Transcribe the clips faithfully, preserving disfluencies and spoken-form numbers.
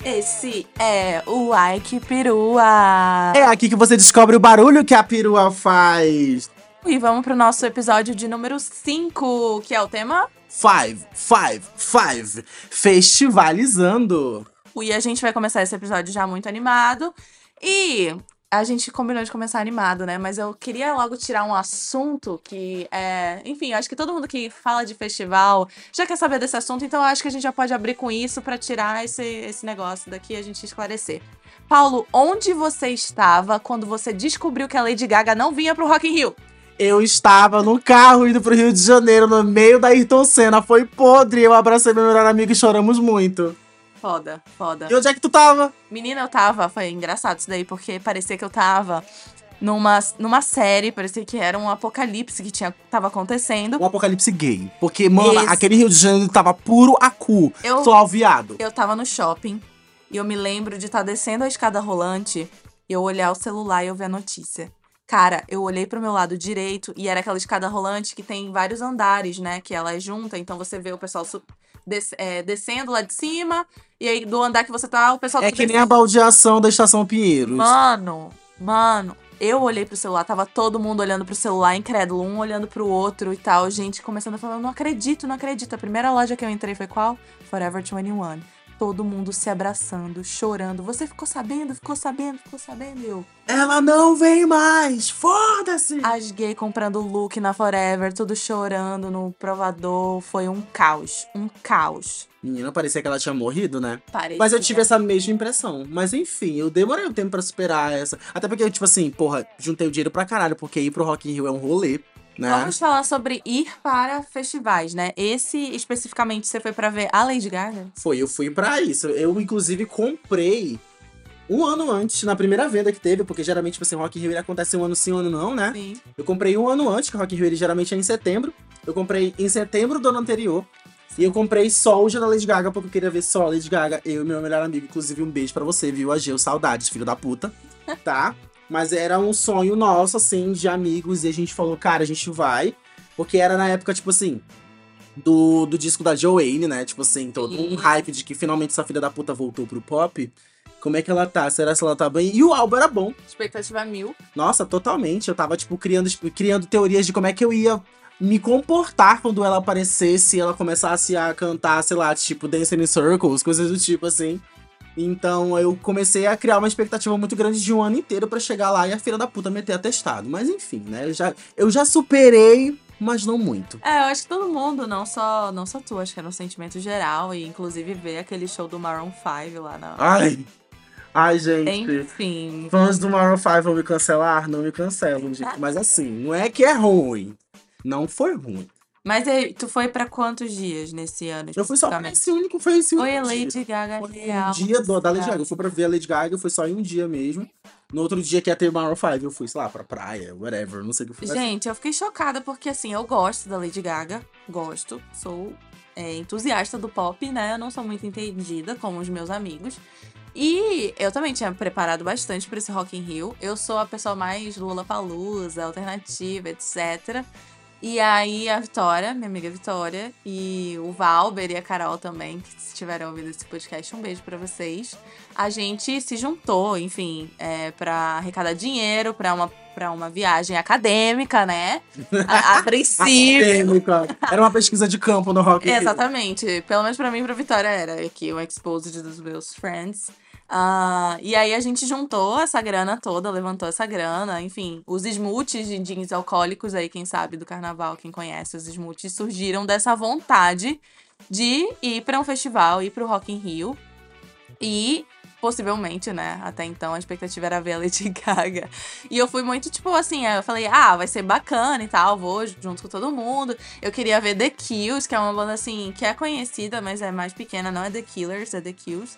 Esse é o Ai Que Perua. É aqui que você descobre o barulho que a perua faz. E vamos pro nosso episódio de número cinco, que é o tema... Five, five, five. Festivalizando. E a gente vai começar esse episódio já muito animado. E a gente combinou de começar animado, né? Mas eu queria logo tirar um assunto que é... Enfim, eu acho que todo mundo que fala de festival já quer saber desse assunto. Então eu acho que a gente já pode abrir com isso pra tirar esse, esse negócio daqui e a gente esclarecer. Paulo, onde você estava quando você descobriu que a Lady Gaga não vinha pro Rock in Rio? Eu estava no carro indo pro Rio de Janeiro, no meio da Ayrton Senna. Foi podre. Eu abracei meu melhor amigo e choramos muito. Foda, foda. E onde é que tu tava? Menina, eu tava... Foi engraçado isso daí, porque parecia que eu tava numa, numa série. Parecia que era um apocalipse que tinha, tava acontecendo. Um apocalipse gay. Porque, mano, Esse... aquele Rio de Janeiro tava puro acu. Eu... Só viado. Eu tava no shopping e eu me lembro de estar descendo a escada rolante e eu olhar o celular e eu ver a notícia. Cara, eu olhei pro meu lado direito e era aquela escada rolante que tem vários andares, né? Que ela é junta, então você vê o pessoal su- des- é, descendo lá de cima e aí do andar que você tá, o pessoal... É tá que nem descendo. a baldeação da Estação Pinheiros. Mano, mano, eu olhei pro celular, tava todo mundo olhando pro celular, incrédulo, um olhando pro outro e tal. Gente começando a falar, não acredito, não acredito. A primeira loja que eu entrei foi qual? Forever vinte e um. Todo mundo se abraçando, chorando. Você ficou sabendo? Ficou sabendo? Ficou sabendo? Eu... Ela não vem mais! Foda-se! As gays comprando look na Forever, tudo chorando no provador. Foi um caos. Um caos. Menina, parecia que ela tinha morrido, né? Parecia. Mas eu tive essa mesma impressão. Mas enfim, eu demorei um tempo pra superar essa. Até porque, tipo assim, porra, juntei o dinheiro pra caralho, porque ir pro Rock in Rio é um rolê, né? Vamos falar sobre ir para festivais, né? Esse, especificamente, você foi pra ver a Lady Gaga? Foi, eu fui pra isso. Eu, inclusive, comprei um ano antes, na primeira venda que teve, porque geralmente, tipo assim, Rock in Rio ele acontece um ano sim, um ano não, né? Sim. Eu comprei um ano antes, que o Rock in Rio ele geralmente é em setembro. Eu comprei em setembro do ano anterior. E eu comprei só o dia da Lady Gaga, porque eu queria ver só a Lady Gaga, eu e meu melhor amigo. Inclusive, um beijo pra você, viu, Ageu? Saudades, filho da puta. Tá? Mas era um sonho nosso, assim, de amigos. E a gente falou, cara, a gente vai. Porque era na época, tipo assim, do, do disco da Joanne, né? Tipo assim, todo um hype de que finalmente essa filha da puta voltou pro pop. Como é que ela tá? Será que ela tá bem? E o álbum era bom. Expectativa mil. Nossa, totalmente. Eu tava, tipo, criando, tipo, criando teorias de como é que eu ia me comportar quando ela aparecesse e ela começasse a cantar, sei lá, tipo, Dancing in Circles, coisas do tipo, assim. Então eu comecei a criar uma expectativa muito grande de um ano inteiro pra chegar lá e a filha da puta meter atestado. Mas enfim, né? Eu já, eu já superei, mas não muito. É, eu acho que todo mundo, não só, não só tu, acho que era um sentimento geral. E inclusive ver aquele show do Maroon five lá na... Ai, ai, gente. Enfim. Fãs do Maroon five vão me cancelar? Não me cancelam, gente. Mas assim, não é que é ruim. Não foi ruim. Mas aí, tu foi pra quantos dias nesse ano? Eu fui só pra esse único, foi esse único Foi a dia. Lady Gaga Foi real. um dia do, da Lady Gaga. Eu fui pra ver a Lady Gaga, foi só em um dia mesmo. No outro dia que ia ter Maroon five, eu fui, sei lá, pra praia, whatever, não sei o que eu fui. Gente, eu fiquei chocada porque, assim, eu gosto da Lady Gaga. Gosto. Sou é, entusiasta do pop, né? Eu não sou muito entendida, como os meus amigos. E eu também tinha preparado bastante pra esse Rock in Rio. Eu sou a pessoa mais Lollapalooza, alternativa, etcétera. E aí a Vitória, minha amiga Vitória, e o Valber e a Carol também, que se tiverem ouvido esse podcast, um beijo pra vocês. A gente se juntou, enfim, é, pra arrecadar dinheiro pra uma, pra uma viagem acadêmica, né? A, a princípio. Acadêmica. Era uma pesquisa de campo no Rock in Rio. Exatamente. Pelo menos pra mim e pra Vitória era aqui o exposed dos meus friends. Uh, e aí a gente juntou essa grana toda, levantou essa grana, enfim, os smoothies de jeans alcoólicos aí, quem sabe do carnaval, quem conhece os smoothies, surgiram dessa vontade de ir pra um festival, ir pro Rock in Rio e possivelmente, né, até então a expectativa era ver a Lady Gaga. E eu fui muito, tipo, assim, eu falei, ah, vai ser bacana e tal, vou junto com todo mundo. Eu queria ver The Kills, que é uma banda, assim, que é conhecida, mas é mais pequena, não é The Killers, é The Kills.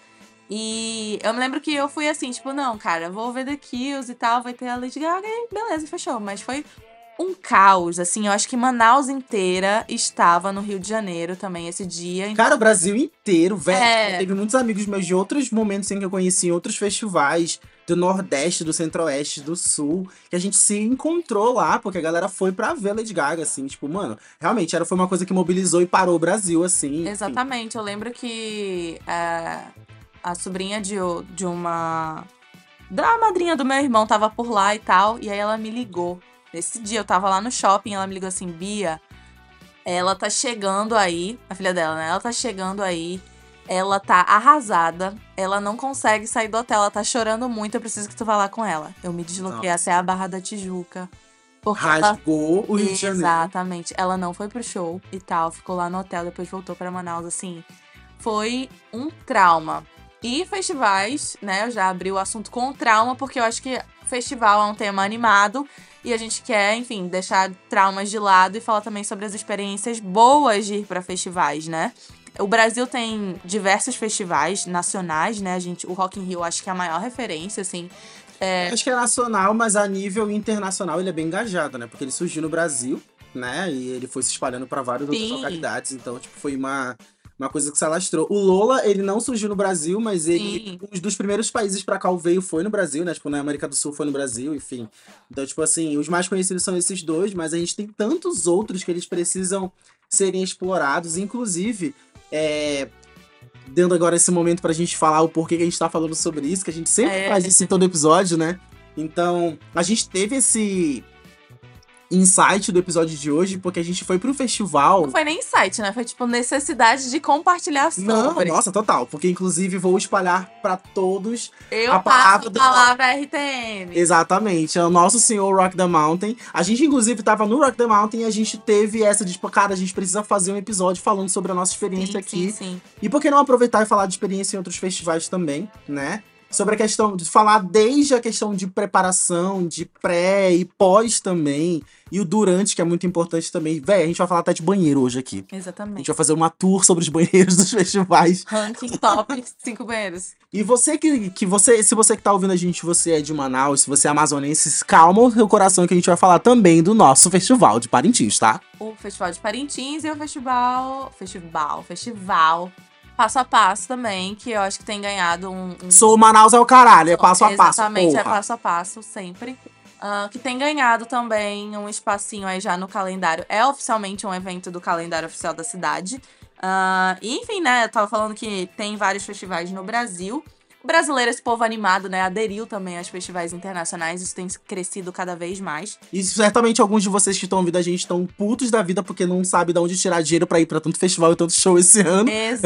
E eu me lembro que eu fui assim, tipo, não, cara, vou ver The Kills e tal, vai ter a Lady Gaga e beleza, fechou. Mas foi um caos, assim, eu acho que Manaus inteira estava no Rio de Janeiro também esse dia. Então... Cara, o Brasil inteiro, velho. É. Teve muitos amigos meus de outros momentos em que eu conheci em outros festivais, do Nordeste, do Centro-Oeste, do Sul, que a gente se encontrou lá, porque a galera foi pra ver a Lady Gaga, assim, tipo, mano, realmente era, foi uma coisa que mobilizou e parou o Brasil, assim. Exatamente, eu lembro que... Uh... a sobrinha de, o- de uma... Da madrinha do meu irmão tava por lá e tal. E aí ela me ligou. Nesse dia eu tava lá no shopping, ela me ligou assim, Bia, ela tá chegando aí, a filha dela, né? Ela tá chegando aí, ela tá arrasada, ela não consegue sair do hotel, ela tá chorando muito, eu preciso que tu vá lá com ela. Eu me desloquei Nossa. até a Barra da Tijuca. Porque ela... Rasgou o Rio de Janeiro. Exatamente. Ela não foi pro show e tal, ficou lá no hotel, depois voltou pra Manaus, assim. Foi um trauma. E festivais, né? Eu já abri o assunto com o trauma, porque eu acho que festival é um tema animado e a gente quer, enfim, deixar traumas de lado e falar também sobre as experiências boas de ir pra festivais, né? O Brasil tem diversos festivais nacionais, né? A gente, o Rock in Rio acho que é a maior referência, assim. É, Acho que é nacional, mas a nível internacional ele é bem engajado, né? Porque ele surgiu no Brasil, né? E ele foi se espalhando pra várias outras Sim. localidades. Então, tipo, foi uma, uma coisa que se alastrou. O Lola, ele não surgiu no Brasil, mas ele... Sim. Um dos primeiros países pra cá veio foi no Brasil, né? Tipo, na América do Sul foi no Brasil, enfim. Então, tipo assim, os mais conhecidos são esses dois, mas a gente tem tantos outros que eles precisam serem explorados. Inclusive, é... dando agora esse momento pra gente falar o porquê que a gente tá falando sobre isso, que a gente sempre É. faz isso em todo episódio, né? Então, a gente teve esse insight do episódio de hoje, porque a gente foi pro festival. Não foi nem insight, né? Foi tipo necessidade de compartilhar Não, sobre. nossa, total. Porque, inclusive, vou espalhar pra todos. Eu a passo palavra a do- palavra R T M. Exatamente, é o nosso senhor Rock the Mountain. A gente, inclusive, tava no Rock the Mountain e a gente teve essa de, tipo, cara, a gente precisa fazer um episódio falando sobre a nossa experiência Sim, aqui. sim, sim. E por que não aproveitar e falar de experiência em outros festivais também, né? Sobre a questão de falar desde a questão de preparação, de pré e pós também. E o durante, que é muito importante também. Véi, a gente vai falar até de banheiro hoje aqui. A gente Exatamente. vai fazer uma tour sobre os banheiros dos festivais. Ranking top cinco banheiros. E você que, que você, se você que tá ouvindo a gente, você é de Manaus, se você é amazonense, calma o seu coração que a gente vai falar também do nosso festival de Parintins, tá? O Festival de Parintins e o Festival... Festival, Festival... Passo a Passo também, que eu acho que tem ganhado um... um... Sou Manaus é o caralho, é passo a passo, Exatamente, é porra. passo a passo, sempre. Ah, que tem ganhado também um espacinho aí já no calendário. É oficialmente um evento do calendário oficial da cidade. Ah, e, enfim, né, eu tava falando que tem vários festivais no Brasil. O brasileiro, esse povo animado, né, aderiu também aos festivais internacionais. Isso tem crescido cada vez mais. E certamente alguns de vocês que estão ouvindo a gente estão putos da vida porque não sabem de onde tirar dinheiro pra ir pra tanto festival e tanto show esse ano.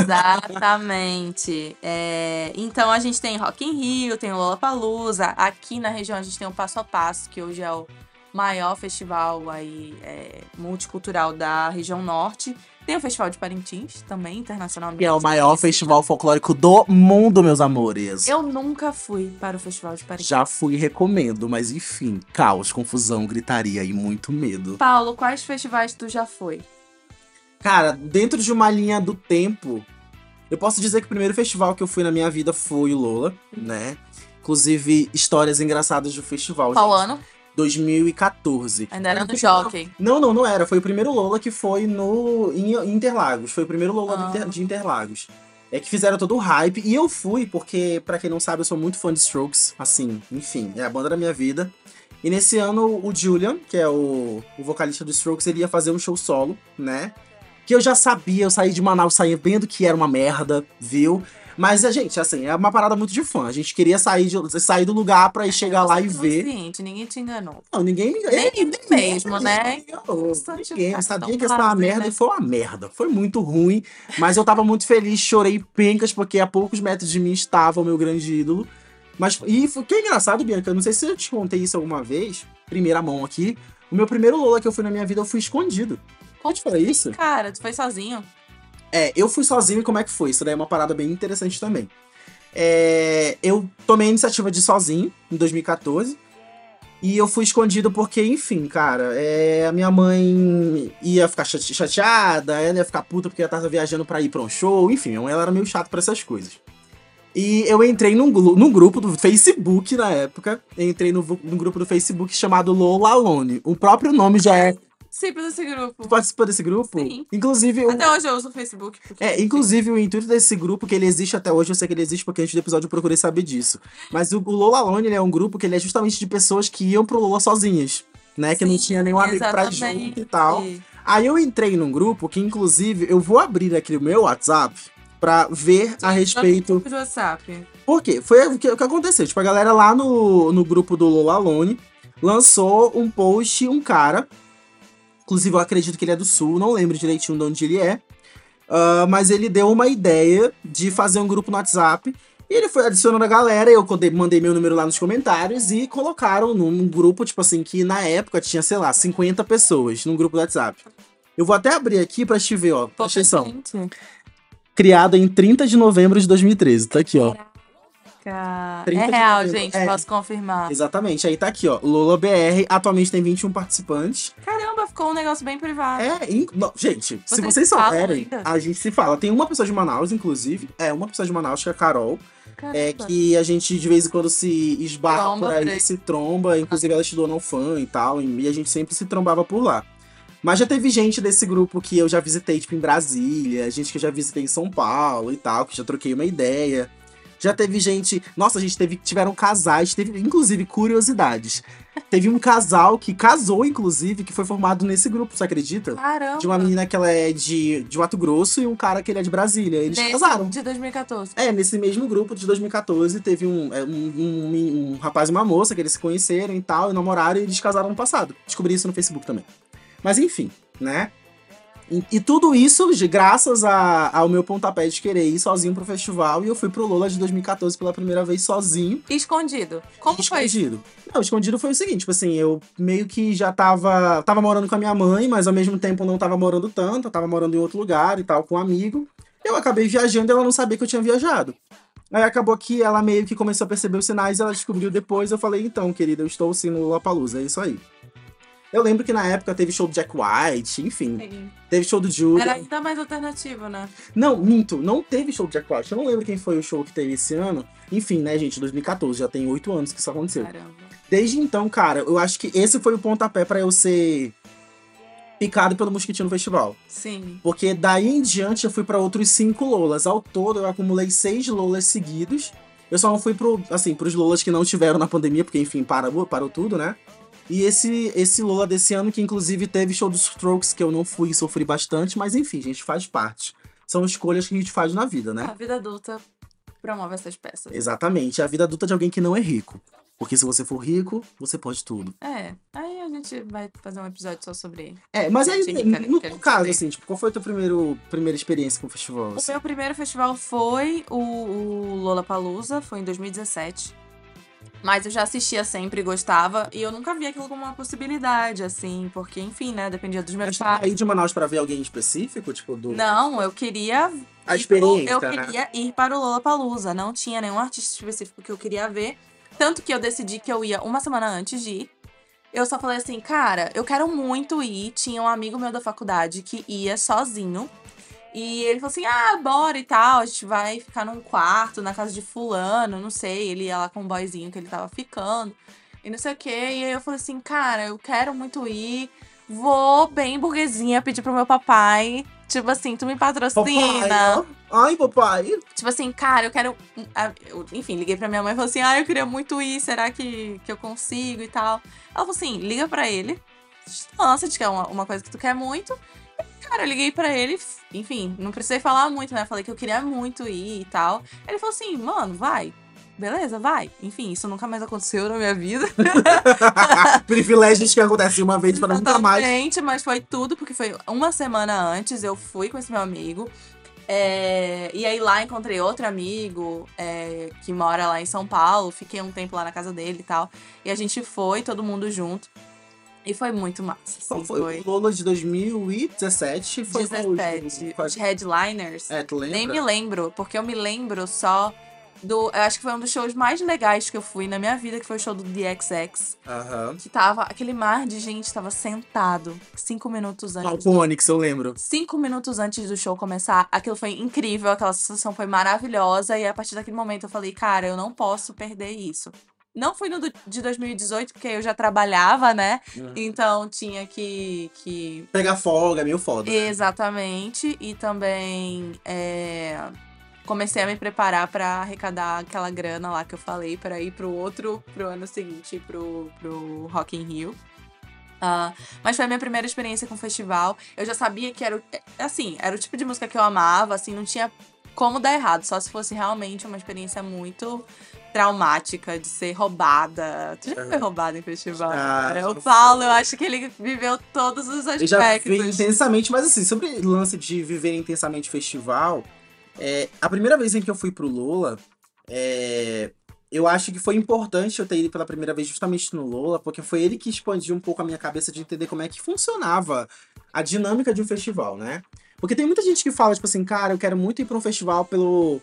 Exatamente. É, então a gente tem Rock in Rio, tem o Lollapalooza. Aqui na região a gente tem o Passo a Passo, que hoje é o maior festival aí, é, multicultural da região norte. Tem o Festival de Parintins, também, internacionalmente. Que é o maior festival folclórico do mundo, meus amores. Eu nunca fui para o Festival de Parintins. Já fui e recomendo, mas enfim, caos, confusão, gritaria e muito medo. Paulo, quais festivais tu já foi? Cara, dentro de uma linha do tempo, eu posso dizer que o primeiro festival que eu fui na minha vida foi o Lola, né? Inclusive, histórias engraçadas do festival. Qual gente. ano? dois mil e quatorze. Ainda era Foi o no primeiro- Jockey. Não, não, não era. Foi o primeiro Lola que foi no em Interlagos. Foi o primeiro Lola do Ah. Inter- de Interlagos. É que fizeram todo o hype. E eu fui porque, pra quem não sabe, eu sou muito fã de Strokes. Assim, enfim, é a banda da minha vida. E nesse ano, o Julian, que é o, o vocalista do Strokes, ele ia fazer um show solo, né? Que eu já sabia, eu saí de Manaus sabendo que era uma merda, viu? Mas, a gente, assim, é uma parada muito de fã. A gente queria sair, de, sair do lugar pra ir chegar lá e ver. Consciente, ninguém te enganou. Não, ninguém me Nem ele mesmo, né? enganou. Bastante Ninguém, eu cartão sabia que ia ser uma vazio, merda né? e foi uma merda. Foi muito ruim, mas eu tava muito feliz, chorei pencas, porque a poucos metros de mim estava o meu grande ídolo. Mas, e o que é engraçado, Bianca, eu não sei se eu te contei isso alguma vez, primeira mão aqui, o meu primeiro Lola que eu fui na minha vida, eu fui escondido. Como te falei isso? Cara, tu foi sozinho? É, eu fui sozinho e como é que foi? Isso daí é uma parada bem interessante também. É, eu tomei a iniciativa de ir sozinho, em dois mil e quatorze. E eu fui escondido porque, enfim, cara, é, a minha mãe ia ficar chate- chateada, ela ia ficar puta porque ela tava viajando pra ir pra um show, enfim, ela era meio chata pra essas coisas. E eu entrei num, glu- num grupo do Facebook na época, eu entrei no, vu- num grupo do Facebook chamado Lola Alone. O próprio nome já é... Sempre desse grupo. Tu participou desse grupo? Sim. Inclusive, o- Até hoje eu uso o Facebook. Porque... é, inclusive o intuito desse grupo, que ele existe até hoje, eu sei que ele existe porque antes do episódio eu procurei saber disso. Mas o, o Lola Alone, ele é um grupo que ele é justamente de pessoas que iam pro Lola sozinhas, né? Que não Sim, tinha nenhum amigo pra ir exatamente. junto e tal. Aí eu entrei num grupo que, inclusive, eu vou abrir aqui o meu WhatsApp pra ver a respeito... Grupo de WhatsApp. Por quê? Foi o que, o que aconteceu. Tipo, a galera lá no, no grupo do Lola Alone lançou um post, um cara. Inclusive, eu acredito que ele é do Sul, não lembro direitinho de onde ele é. Uh, mas ele deu uma ideia de fazer um grupo no WhatsApp. E ele foi adicionando a galera, eu mandei meu número lá nos comentários e colocaram num grupo, tipo assim, que na época tinha, sei lá, cinquenta pessoas num grupo do WhatsApp. Eu vou até abrir aqui pra te ver, ó. Presta atenção. Criado em trinta de novembro de dois mil e treze. Tá aqui, ó. É real, gente, é. Posso confirmar. Exatamente, aí tá aqui, ó. Lola B R, atualmente tem vinte e um participantes. Caramba, ficou um negócio bem privado. É, in... não, gente, vocês se vocês souberem, a gente se fala. Tem uma pessoa de Manaus, inclusive. É, uma pessoa de Manaus, que é a Carol. Caramba. É que a gente de vez em quando se esbarra tromba por aí, aí, se tromba. Inclusive ela estudou no fã e tal, e a gente sempre se trombava por lá. Mas já teve gente desse grupo que eu já visitei, tipo, em Brasília, gente que eu já visitei em São Paulo e tal, que já troquei uma ideia. Já teve gente... Nossa, a gente teve, tiveram casais, teve, inclusive, curiosidades. Teve um casal que casou, inclusive, que foi formado nesse grupo, você acredita? Caramba! De uma menina que ela é de, de Mato Grosso e um cara que ele é de Brasília. Eles nesse, casaram. De dois mil e catorze. É, nesse mesmo grupo de dois mil e catorze, teve um, um, um, um rapaz e uma moça que eles se conheceram e tal, e namoraram, e eles casaram no passado. Descobri isso no Facebook também. Mas enfim, né? E, e tudo isso de graças a, ao meu pontapé de querer ir sozinho pro festival. E eu fui pro Lola de dois mil e catorze pela primeira vez sozinho. Escondido? Como foi? Escondido. Não, escondido foi o seguinte, tipo assim, eu meio que já tava... Tava morando com a minha mãe, mas ao mesmo tempo não tava morando tanto. Eu tava morando em outro lugar e tal, com um amigo. Eu acabei viajando e ela não sabia que eu tinha viajado. Aí acabou que ela meio que começou a perceber os sinais, ela descobriu depois. Eu falei, então, querida, eu estou sim no Lollapalooza, é isso aí. Eu lembro que na época teve show do Jack White, enfim. Sim. Teve show do Judas. Era ainda mais alternativo, né? Não, minto. Não teve show do Jack White. Eu não lembro quem foi o show que teve esse ano. Enfim, né, gente? dois mil e catorze. Já tem oito anos que isso aconteceu. Caramba. Desde então, cara, eu acho que esse foi o pontapé pra eu ser picado pelo mosquitinho no festival. Sim. Porque daí em diante eu fui pra outros cinco Lolas. Ao todo, eu acumulei seis Lolas seguidos. Eu só não fui pro, assim, pros Lolas que não tiveram na pandemia, porque, enfim, parou, parou tudo, né? E esse, esse Lola desse ano, que inclusive teve show dos Strokes, que eu não fui e sofri bastante, mas enfim, gente, faz parte. São escolhas que a gente faz na vida, né? A vida adulta promove essas peças. Exatamente, a vida adulta de alguém que não é rico. Porque se você for rico, você pode tudo. É, aí a gente vai fazer um episódio só sobre... É, mas aí, no, no caso, assim, tipo, qual foi a tua primeiro, primeira experiência com o festival? Assim? O meu primeiro festival foi o, o Lollapalooza, foi em dois mil e dezessete. Mas eu já assistia sempre, gostava, e eu nunca via aquilo como uma possibilidade, assim, porque, enfim, né, dependia dos meus pais. Você ia de Manaus pra ver alguém específico, tipo, do... Não, eu queria... A experiência, Eu né? queria ir para o Lollapalooza, não tinha nenhum artista específico que eu queria ver, tanto que eu decidi que eu ia uma semana antes de ir. Eu só falei assim, cara, eu quero muito ir, tinha um amigo meu da faculdade que ia sozinho, e ele falou assim, ah, bora e tal, a gente vai ficar num quarto na casa de fulano, não sei, ele ia lá com um boyzinho que ele tava ficando, e não sei o quê. E aí eu falei assim, cara, eu quero muito ir, vou bem burguesinha pedir pro meu papai, tipo assim, tu me patrocina. Papai, ai, papai. Tipo assim, cara, eu quero... Eu, enfim, liguei pra minha mãe e falei assim, ah, eu queria muito ir, será que, que eu consigo e tal. Ela falou assim, liga pra ele, lança, diz que é uma, uma coisa que tu quer muito. Cara, eu liguei pra ele, enfim, não precisei falar muito, né? Falei que eu queria muito ir e tal. Ele falou assim, mano, vai. Beleza, vai. Enfim, isso nunca mais aconteceu na minha vida. Privilégios que acontecem uma vez para nunca mais. Exatamente, mas foi tudo, porque foi uma semana antes, eu fui com esse meu amigo. É, e aí lá encontrei outro amigo é, que mora lá em São Paulo. Fiquei um tempo lá na casa dele e tal. E a gente foi, todo mundo junto. E foi muito massa. Assim, qual foi? foi? O Lola de dois mil e dezessete foi dezessete. Qual? Os headliners. É, tu lembra? Nem me lembro, porque eu me lembro só do... Eu acho que foi um dos shows mais legais que eu fui na minha vida, que foi o show do D X X. Aham. Uh-huh. Que tava... Aquele mar de gente tava sentado cinco minutos antes. Com o Onyx, eu lembro. Cinco minutos antes do show começar. Aquilo foi incrível, aquela sensação foi maravilhosa. E a partir daquele momento eu falei, cara, eu não posso perder isso. Não fui no de dois mil e dezoito, porque eu já trabalhava, né? Uhum. Então tinha que, que... pegar folga, meio foda. Né? Exatamente. E também é... comecei a me preparar pra arrecadar aquela grana lá que eu falei, pra ir pro outro, pro ano seguinte, pro, pro Rock in Rio. Uh, mas foi a minha primeira experiência com o festival. Eu já sabia que era, assim, era o tipo de música que eu amava, assim, não tinha como dar errado. Só se fosse realmente uma experiência muito traumática de ser roubada. Tu já foi roubada em festival? Ah, Cara? O Paulo, eu acho que ele viveu todos os Eu já aspectos. vivi intensamente, mas assim, sobre o lance de viver intensamente festival, é, a primeira vez em que eu fui pro Lola, é, eu acho que foi importante eu ter ido pela primeira vez justamente no Lola, porque foi ele que expandiu um pouco a minha cabeça de entender como é que funcionava a dinâmica de um festival, né? Porque tem muita gente que fala, tipo assim, cara, eu quero muito ir pra um festival pelo...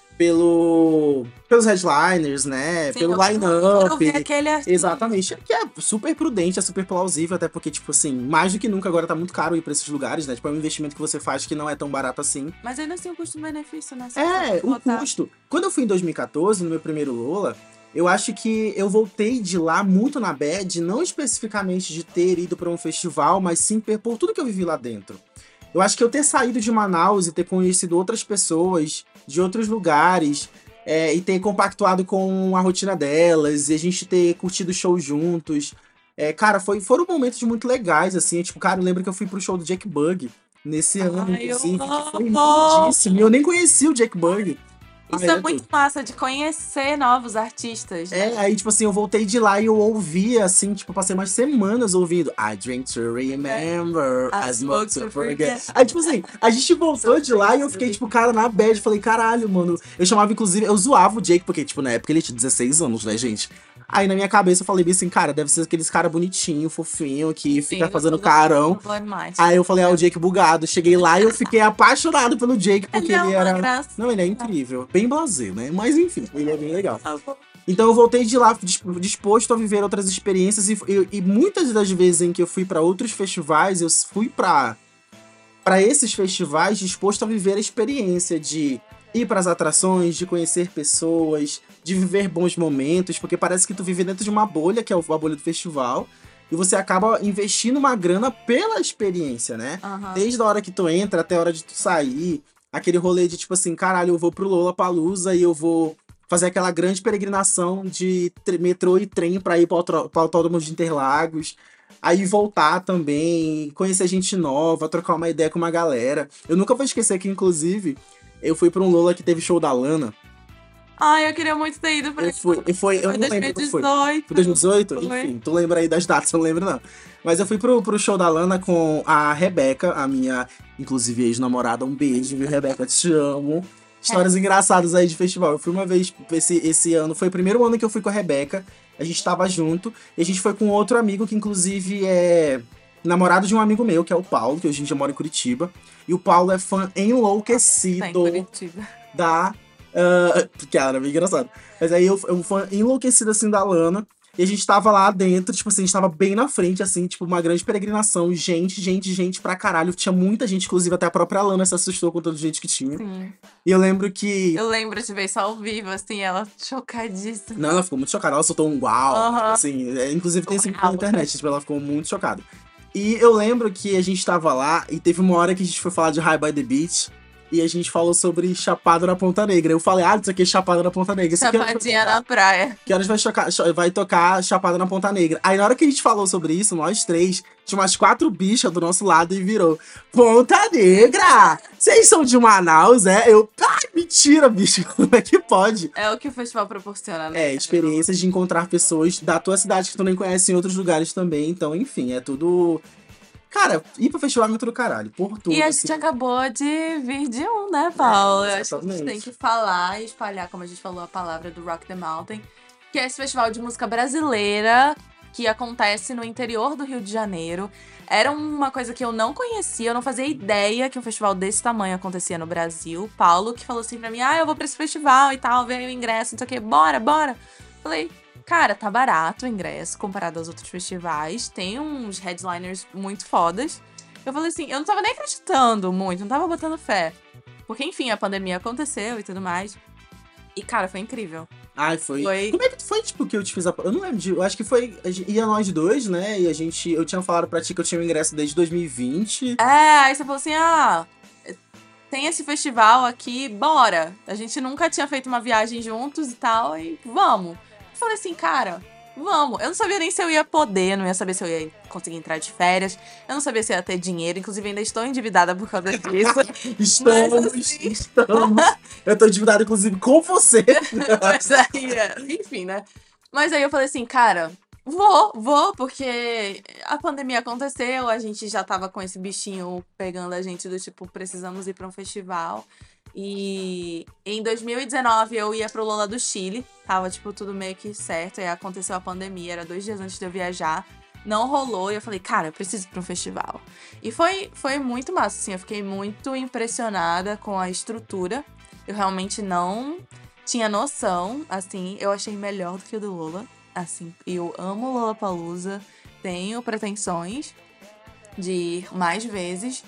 pelo pelos headliners, né? Sim, pelo eu quero line-up. ver aquele artista. Exatamente. Que é super prudente, é super plausível, até porque, tipo assim, mais do que nunca agora tá muito caro ir pra esses lugares, né? Tipo, é um investimento que você faz que não é tão barato assim. Mas ainda assim o custo-benefício, né? Se É, você o botar- custo. Quando eu fui em dois mil e quatorze, no meu primeiro Lola, eu acho que eu voltei de lá muito na bad, não especificamente de ter ido pra um festival, mas sim por tudo que eu vivi lá dentro. Eu acho que eu ter saído de Manaus e ter conhecido outras pessoas de outros lugares, é, e ter compactuado com a rotina delas, e a gente ter curtido show juntos. É, cara, foi, foram momentos muito legais, assim. Tipo, cara, eu lembro que eu fui pro show do Jake Bugg nesse ano, Ai, eu inclusive, que foi amo! lindíssimo. E eu nem conhecia o Jake Bugg. Isso Ah, é era muito tudo. massa, de conhecer novos artistas, né? É, aí, tipo assim, eu voltei de lá e eu ouvia, assim, tipo, eu passei umas semanas ouvindo I drink to remember, I smoke to forget. Aí, tipo assim, a gente voltou de lá e eu fiquei, tipo, cara, na bad. Falei, caralho, mano. Eu chamava, inclusive, eu zoava o Jake, porque, tipo, na época ele tinha dezesseis anos, né, gente? Aí, na minha cabeça, eu falei bem assim, cara, deve ser aqueles cara bonitinho, fofinho, que fica Sim, fazendo não- carão. não é mais. Aí eu falei, ah, o Jake bugado. Cheguei lá e eu fiquei apaixonado pelo Jake, porque Ele é ele uma era... graça. Não, ele é incrível. Bem blasé, né? Mas, enfim, ele é bem legal. Tá bom. Então eu voltei de lá dis- disposto a viver outras experiências e, e- e muitas das vezes em que eu fui pra outros festivais, eu fui pra para esses festivais disposto a viver a experiência de ir pras atrações, de conhecer pessoas, de viver bons momentos, porque parece que tu vive dentro de uma bolha, que é a bolha do festival, e você acaba investindo uma grana pela experiência, né? Aham. Desde a hora que tu entra até a hora de tu sair, aquele rolê de tipo assim, caralho, eu vou pro Lollapalooza e eu vou fazer aquela grande peregrinação de tre- metrô e trem pra ir pro autó- pro Autódromo de Interlagos. Aí voltar também, conhecer gente nova, trocar uma ideia com uma galera. Eu nunca vou esquecer que, inclusive, eu fui pra um Lola que teve show da Lana. Ai, eu queria muito ter ido pra Eu fui, eu fui, eu Foi não lembro quando foi. dois mil e dezoito. Foi dois mil e dezoito? Foi. Enfim, tu lembra aí das datas, eu não lembro não. Mas eu fui pro, pro show da Lana com a Rebeca, a minha, inclusive, ex-namorada. Um beijo, viu, Rebeca? Te amo. Histórias engraçadas aí de festival. Eu fui uma vez, esse, esse ano, foi o primeiro ano que eu fui com a Rebeca. A gente tava junto. E a gente foi com outro amigo que, inclusive, é namorado de um amigo meu, que é o Paulo, que hoje em dia mora em Curitiba. E o Paulo é fã Tá em enlouquecido Curitiba. da. ah, cara, bem engraçado. Mas aí eu, eu um fã enlouquecido assim da Lana. E a gente tava lá dentro, tipo assim, a gente tava bem na frente, assim, tipo, uma grande peregrinação. Gente, gente, gente pra caralho. Tinha muita gente, inclusive até a própria Lana se assustou com tanta gente que tinha. Sim. E eu lembro que. Eu lembro de ver isso ao vivo, assim, ela chocadíssima. Não, ela ficou muito chocada. Ela soltou um uau. Aham. Assim, é, inclusive tem esse vídeo Uau. na internet, tipo, ela ficou muito chocada. E eu lembro que a gente tava lá e teve uma hora que a gente foi falar de High by the Beach. E a gente falou sobre Chapado na Ponta Negra. Eu falei, ah, isso aqui é Chapado na Ponta Negra. Isso aqui é Chapadinha na praia. Que horas vai, chocar, cho- vai tocar Chapada na Ponta Negra. Aí na hora que a gente falou sobre isso, nós três, tinha umas quatro bichas do nosso lado e virou Ponta Negra! Vocês são de Manaus, é? Eu, ai, mentira, bicho, como é que pode? É o que o festival proporciona, né? É, experiências de encontrar pessoas da tua cidade que tu nem conhece em outros lugares também. Então, enfim, é tudo... Cara, ir pro festival é muito do caralho, por tudo. E a assim. gente acabou de vir de um, né, Paulo? Eu acho que a gente exatamente. tem que falar e espalhar, como a gente falou, a palavra do Rock the Mountain, que é esse festival de música brasileira que acontece no interior do Rio de Janeiro. Era uma coisa que eu não conhecia, eu não fazia ideia que um festival desse tamanho acontecia no Brasil. Paulo que falou assim pra mim, ah, eu vou pra esse festival e tal, veio o ingresso, não sei o quê, bora, bora. Falei, cara, tá barato o ingresso comparado aos outros festivais. Tem uns headliners muito fodas. Eu falei assim, eu não tava nem acreditando muito, não tava botando fé. Porque, enfim, a pandemia aconteceu e tudo mais. E, cara, foi incrível. Ai, foi. Foi- Como é que foi, tipo, que eu te fiz a. Eu não lembro de. Eu acho que foi. a gente- Ia nós dois, né? E a gente. Eu tinha falado pra ti que eu tinha o ingresso desde dois mil e vinte. É, aí você falou assim, ah, tem esse festival aqui, bora. A gente nunca tinha feito uma viagem juntos e tal, e vamos. Eu falei assim, cara, vamos. Eu não sabia nem se eu ia poder, não ia saber se eu ia conseguir entrar de férias. Eu não sabia se eu ia ter dinheiro, inclusive ainda estou endividada por causa disso. Estamos, assim... estamos. Eu tô endividada, inclusive, com você. Mas aí, enfim, né? Mas aí eu falei assim, cara, vou, vou, porque a pandemia aconteceu, a gente já tava com esse bichinho pegando a gente do tipo, precisamos ir pra um festival. E em dois mil e dezenove eu ia pro Lola do Chile, tava tipo tudo meio que certo, aí aconteceu a pandemia, era dois dias antes de eu viajar. Não rolou, e eu falei, cara, eu preciso ir pra um festival. E foi, foi muito massa, assim, eu fiquei muito impressionada com a estrutura. Eu realmente não tinha noção, assim, eu achei melhor do que o do Lola, assim. Eu amo Lollapalooza, tenho pretensões de ir mais vezes,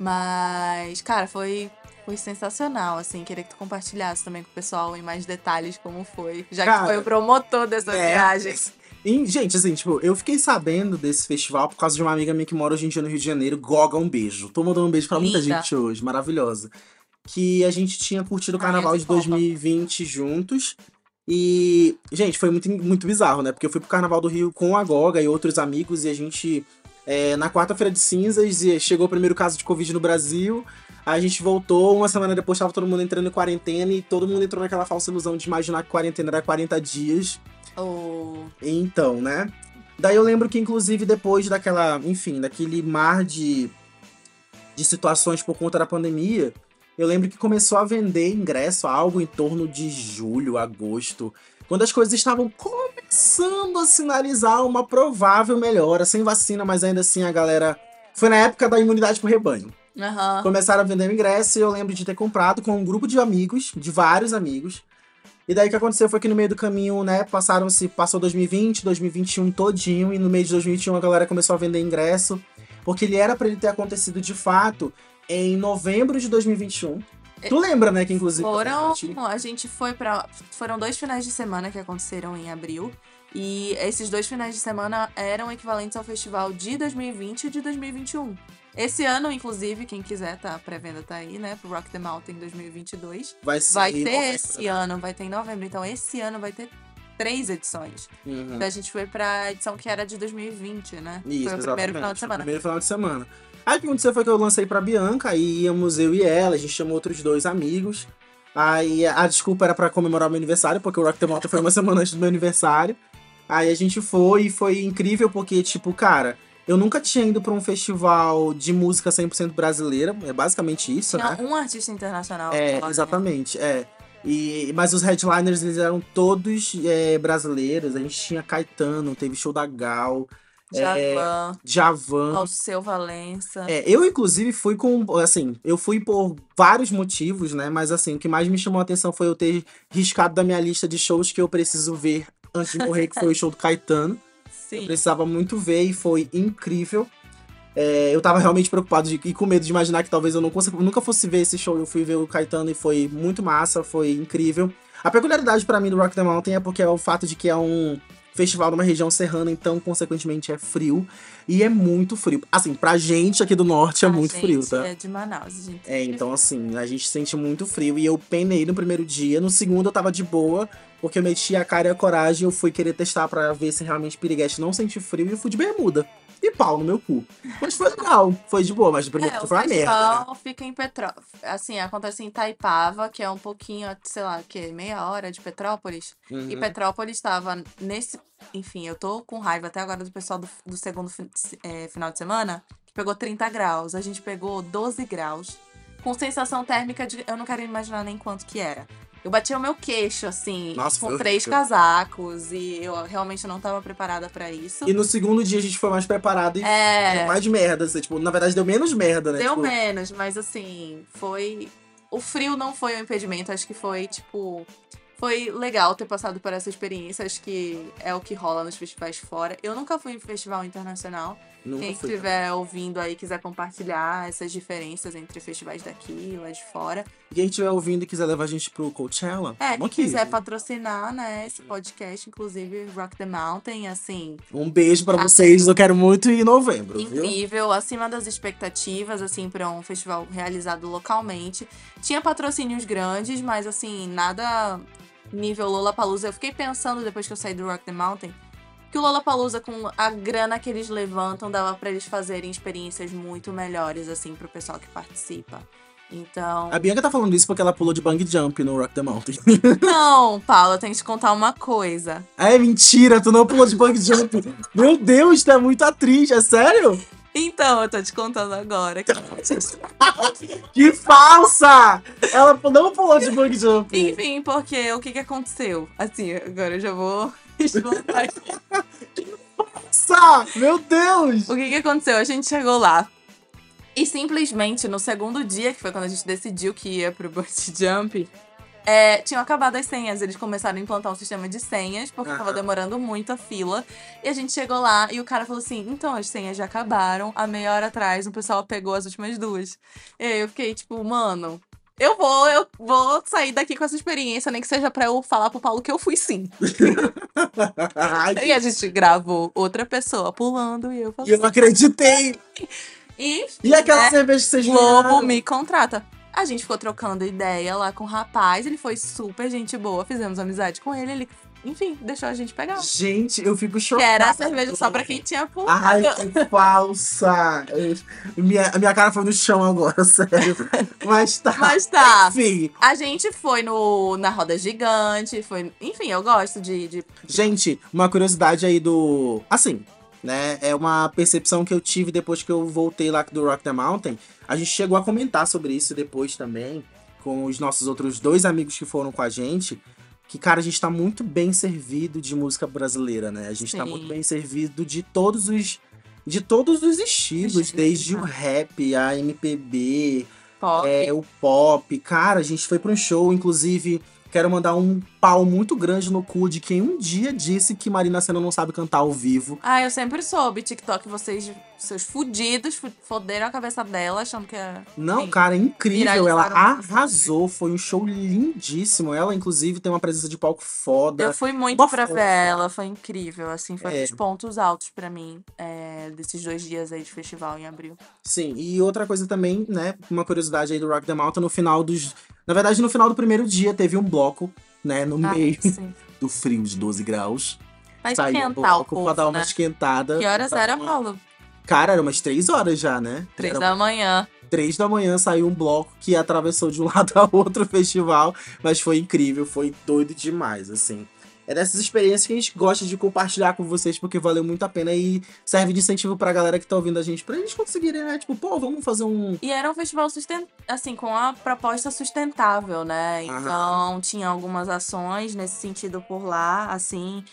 mas, cara, foi, foi sensacional, assim. Queria que tu compartilhasse também com o pessoal em mais detalhes como foi, já Cara, que foi o promotor dessa é. viagem. E, gente, assim, tipo, eu fiquei sabendo desse festival por causa de uma amiga minha que mora hoje em dia no Rio de Janeiro, Goga, um beijo. Tô mandando um beijo pra muita Linda. gente hoje, maravilhosa. Que a gente tinha curtido o Ai, carnaval eu de topo. dois mil e vinte juntos. E, gente, foi muito, muito bizarro, né? Porque eu fui pro Carnaval do Rio com a Goga e outros amigos e a gente, é, na quarta-feira de cinzas, e chegou o primeiro caso de Covid no Brasil. Aí a gente voltou, uma semana depois tava todo mundo entrando em quarentena e todo mundo entrou naquela falsa ilusão de imaginar que quarentena era quarenta dias. Oh. Então, né? Daí eu lembro que, inclusive, depois daquela, enfim, daquele mar de, de situações por conta da pandemia, eu lembro que começou a vender ingresso algo em torno de julho, agosto, quando as coisas estavam começando a sinalizar uma provável melhora, sem vacina, mas ainda assim a galera... Foi na época da imunidade pro rebanho. Uhum. Começaram a vender o ingresso e eu lembro de ter comprado com um grupo de amigos, de vários amigos. E daí o que aconteceu foi que no meio do caminho, né, passaram-se, passou dois mil e vinte, dois mil e vinte e um todinho, e no meio de dois mil e vinte e um a galera começou a vender ingresso, porque ele era pra ele ter acontecido de fato em novembro de dois mil e vinte e um. Tu lembra, né, que inclusive... Foram, a gente foi pra... Foram dois finais de semana que aconteceram em abril. E esses dois finais de semana eram equivalentes ao festival de dois mil e vinte e de dois mil e vinte e um. Esse ano, inclusive, quem quiser, tá, a pré-venda tá aí, né, pro Rock the Mountain dois mil e vinte e dois. Vai, vai ter novembro. Esse ano, vai ter em novembro. Então, esse ano vai ter três edições. Uhum. Então, a gente foi pra edição que era de dois mil e vinte, né? Isso, foi o primeiro final de semana. O primeiro final de semana. Aí o que aconteceu foi que eu lancei pra Bianca, aí íamos eu e ela, a gente chamou outros dois amigos. Aí a desculpa era pra comemorar meu aniversário, porque o Rock the Mountain foi uma semana antes do meu aniversário. Aí a gente foi e foi incrível porque, tipo, cara, eu nunca tinha ido pra um festival de música cem por cento brasileira, é basicamente isso, Tinha né? um artista internacional. É, lá, exatamente, né? é. E, mas os headliners, eles eram todos é, brasileiros, a gente tinha Caetano, teve show da Gal... Djavan, é, Djavan. Alceu Valença. É, eu, inclusive, fui com... Assim, eu fui por vários motivos, né? Mas, assim, o que mais me chamou a atenção foi eu ter riscado da minha lista de shows que eu preciso ver antes de morrer, que foi o show do Caetano. Sim. Eu precisava muito ver e foi incrível. É, eu tava realmente preocupado de, e com medo de imaginar que talvez eu não consiga, nunca fosse ver esse show. Eu fui ver o Caetano e foi muito massa, foi incrível. A peculiaridade pra mim do Rock the Mountain é porque é o fato de que é um festival numa região serrana, então, consequentemente, é frio. E é muito frio. Assim, pra gente aqui do norte é a muito gente frio, tá? É de Manaus, gente. É, então, assim, a gente sente muito frio. E eu penei no primeiro dia. No segundo eu tava de boa, porque eu meti a cara e a coragem. Eu fui querer testar pra ver se realmente piriguete não sente frio. E eu fui de bermuda. E pau no meu cu. Mas foi legal, foi de boa, mas o primeiro É, o foi uma merda. festival Né? fica em Petrópolis. Assim, acontece em Itaipava, que é um pouquinho, sei lá, que meia hora de Petrópolis. Uhum. E Petrópolis estava nesse... Enfim, eu tô com raiva até agora do pessoal do, do segundo fi- é, final de semana, que pegou trinta graus. A gente pegou doze graus. Com sensação térmica de... Eu não quero imaginar nem quanto que era. Eu bati o meu queixo, assim, Nossa, com foi três horrível. casacos. E eu realmente não tava preparada pra isso. E no segundo dia a gente foi mais preparado e É... deu mais merda. Assim, tipo, na verdade deu menos merda, né? Deu tipo, menos, mas assim, foi... O frio não foi um impedimento, acho que foi, tipo... Foi legal ter passado por essa experiência, acho que é o que rola nos festivais fora. Eu nunca fui em festival internacional. nunca Quem fui, estiver ouvindo aí quiser compartilhar essas diferenças entre festivais daqui e lá de fora. E quem estiver ouvindo e quiser levar a gente pro Coachella, É, quem vamos aqui. quiser patrocinar, né, esse podcast, inclusive Rock the Mountain, assim... Um beijo pra Ah, vocês, eu quero muito ir em novembro, viu? Incrível, acima das expectativas, assim, pra um festival realizado localmente. Tinha patrocínios grandes, mas, assim, nada nível Lollapalooza. Eu fiquei pensando, depois que eu saí do Rock the Mountain, que o Lollapalooza, com a grana que eles levantam, dava pra eles fazerem experiências muito melhores, assim, pro pessoal que participa. Então... A Bianca tá falando isso porque ela pulou de bungee jump no Rock the Mountain. Não, Paula, eu tenho que te contar uma coisa. É mentira, tu não pulou de bungee jump. Meu Deus, tu é muito atriz, é sério? Então, eu tô te contando agora. Que... Que falsa! Ela não pulou de bungee jump. Enfim, porque o que que aconteceu? Assim, agora eu já vou explicar aqui. Falsa! Meu Deus! O que que aconteceu? A gente chegou lá e simplesmente no segundo dia, que foi quando a gente decidiu que ia pro bungee jump, é, tinham acabado as senhas. Eles começaram a implantar um sistema de senhas, porque Aham. tava demorando muito a fila. E a gente chegou lá e o cara falou assim, então, as senhas já acabaram. Há meia hora atrás, o pessoal pegou as últimas duas. E aí eu fiquei tipo, mano... Eu vou, eu vou sair daqui com essa experiência, nem que seja pra eu falar pro Paulo que eu fui sim. Ai, E a gente gravou outra pessoa pulando e eu e falei eu não acreditei! E, E aquela né, cerveja que vocês Globo ganharam? me contrata. A gente ficou trocando ideia lá com o rapaz, ele foi super gente boa, fizemos amizade com ele, ele, enfim, deixou a gente pegar. Gente, eu fico Que chocada. era a cerveja só pra quem tinha pulado. Ai, que falsa! Eu- Minha, a minha cara foi no chão agora, sério. Mas tá. Mas tá. Enfim, A gente foi no, na roda gigante, foi. Enfim, eu gosto de. de... gente, uma curiosidade aí do. Assim, né? É uma percepção que eu tive depois que eu voltei lá do Rock the Mountain. A gente chegou a comentar sobre isso depois também, com os nossos outros dois amigos que foram com a gente. Que, cara, a gente tá muito bem servido de música brasileira, né? A gente tá Sim. muito bem servido de todos os. De todos os estilos, Estilos, desde o tá. rap, a M P B, Pop. é, o pop. Cara, a gente foi pra um show, inclusive, quero mandar um pau muito grande no cu de quem um dia disse que Marina Sena não sabe cantar ao vivo. Ah, eu sempre soube, TikTok, vocês, seus fudidos, fu- foderam a cabeça dela, achando que era. Não, Enfim. cara, é incrível. Ela viralizaram. arrasou. Foi um show lindíssimo. Ela, inclusive, tem uma presença de palco foda. Eu fui muito Uma pra fofa. ver ela, foi incrível, assim, foi um É. dos pontos altos pra mim, é, desses dois dias aí de festival em abril. Sim, e outra coisa também, né? Uma curiosidade aí do Rock the Mountain, no final dos. Na verdade, no final do primeiro dia teve um bloco, né? No Ah, meio sim. do frio de doze graus. Mas Saiu um esquentar o bloco povo, pra dar uma né? esquentada. Que horas Pra- era, Paulo? Cara, era umas três horas já, né? Três Era da manhã. três da manhã saiu um bloco que atravessou de um lado a outro o festival, mas foi incrível, foi doido demais, assim. É dessas experiências que a gente gosta de compartilhar com vocês, porque valeu muito a pena e serve de incentivo pra galera que tá ouvindo a gente, pra eles conseguirem, né? Tipo, pô, vamos fazer um. E era um festival sustent... assim, com a proposta sustentável, né? Aham. Então, tinha algumas ações nesse sentido por lá, assim.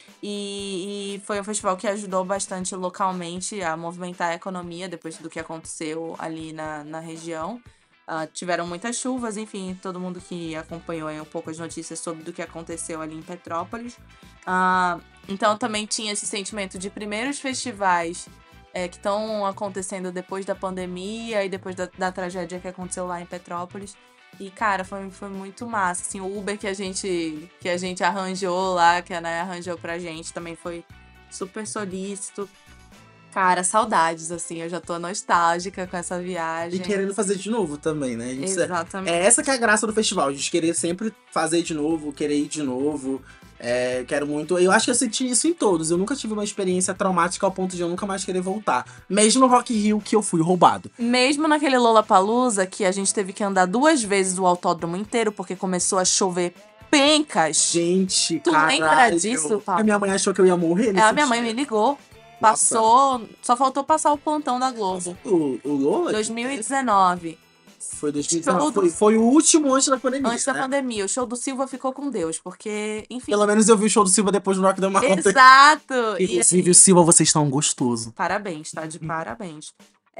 E, e foi um festival que ajudou bastante localmente a movimentar a economia depois do que aconteceu ali na, na região. Ah, tiveram muitas chuvas, enfim, todo mundo que acompanhou aí um pouco as notícias sobre do que aconteceu ali em Petrópolis. Ah, então também tinha esse sentimento de primeiros festivais é, que estão acontecendo depois da pandemia e depois da, da tragédia que aconteceu lá em Petrópolis. E, cara, foi, foi muito massa. Assim, o Uber que a gente, que a gente arranjou lá, que a Nay arranjou pra gente, também foi super solícito. Cara, saudades, assim, eu já tô nostálgica com essa viagem. E querendo fazer de novo também, né? A gente Exatamente. É essa que é a graça do festival, a gente querer sempre fazer de novo, querer ir de novo. É, quero muito. Eu acho que eu senti isso em todos. Eu nunca tive uma experiência traumática ao ponto de eu nunca mais querer voltar. Mesmo no Rock in Rio, que eu fui roubado. Mesmo naquele Lollapalooza, que a gente teve que andar duas vezes o autódromo inteiro, porque começou a chover pencas. Gente, Tu caralho. lembra disso, Paulo? A minha mãe achou que eu ia morrer É, nesse a minha mãe me ligou. Passou. Só faltou passar o plantão da Globo. O, o Lola? dois mil e dezenove. Foi dois mil e Show dezenove. do- Foi, foi o último antes da pandemia. Antes da né? pandemia. O show do Silva ficou com Deus, porque, enfim. Pelo menos eu vi o show do Silva depois do Rock da Mountain. Exato! E Inclusive, o Silva, vocês estão gostoso. parabéns, tá? De parabéns.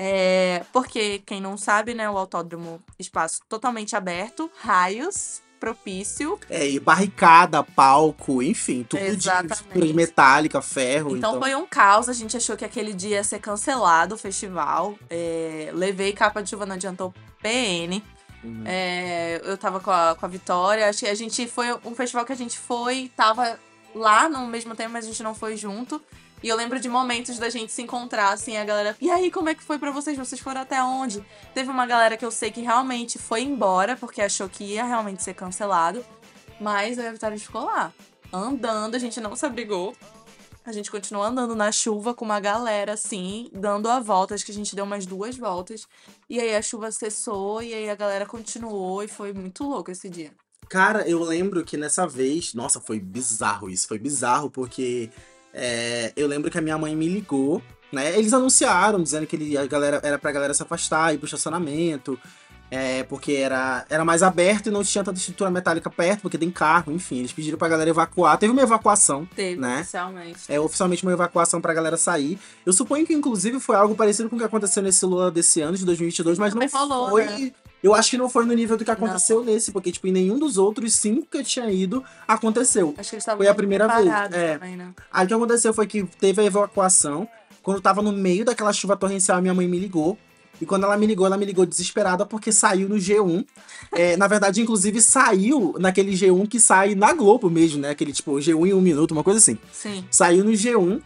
É, porque, quem não sabe, né, o autódromo, espaço totalmente aberto, raios, propício. É, e barricada, palco, enfim, tudo de Exatamente. estrutura metálica, ferro. Então, Então, foi um caos, a gente achou que aquele dia ia ser cancelado o festival. É, levei capa de chuva, não adiantou P N. Uhum. É, eu tava com a, com a Vitória. Acho que a gente foi um festival que a gente foi, tava lá no mesmo tempo, mas a gente não foi junto. E eu lembro de momentos da gente se encontrar, assim, a galera. E aí, como é que foi pra vocês? Vocês foram até onde? Teve uma galera que eu sei que realmente foi embora, porque achou que ia realmente ser cancelado. Mas a Vitória ficou lá, andando, a gente não se abrigou. A gente continuou andando na chuva com uma galera, assim, dando a volta. Acho que a gente deu umas duas voltas. E aí a chuva cessou e aí a galera continuou e foi muito louco esse dia. Cara, eu lembro que nessa vez, nossa, foi bizarro isso, foi bizarro porque é, eu lembro que a minha mãe me ligou, né? Eles anunciaram, dizendo que ele, a galera, era pra galera se afastar, ir pro estacionamento, é, porque era, era mais aberto e não tinha tanta estrutura metálica perto, porque tem carro, enfim, eles pediram pra galera evacuar. Teve uma evacuação, Teve, né? oficialmente. É oficialmente uma evacuação pra galera sair. Eu suponho que, inclusive, foi algo parecido com o que aconteceu nesse Lula desse ano, de dois mil e vinte e dois, mas não Também rolou, foi. né? Eu acho que não foi no nível do que aconteceu nesse, porque, tipo, em nenhum dos outros cinco que eu tinha ido aconteceu. Acho que eles estavam Foi a muito primeira vez. preparados É. também, né? Aí o que aconteceu foi que teve a evacuação. Quando eu tava no meio daquela chuva torrencial, minha mãe me ligou. E quando ela me ligou, ela me ligou desesperada porque saiu no G um. É, na verdade, inclusive, saiu naquele G um que sai na Globo mesmo, né? Aquele, tipo, G um em um minuto, uma coisa assim. Sim. Saiu no G um.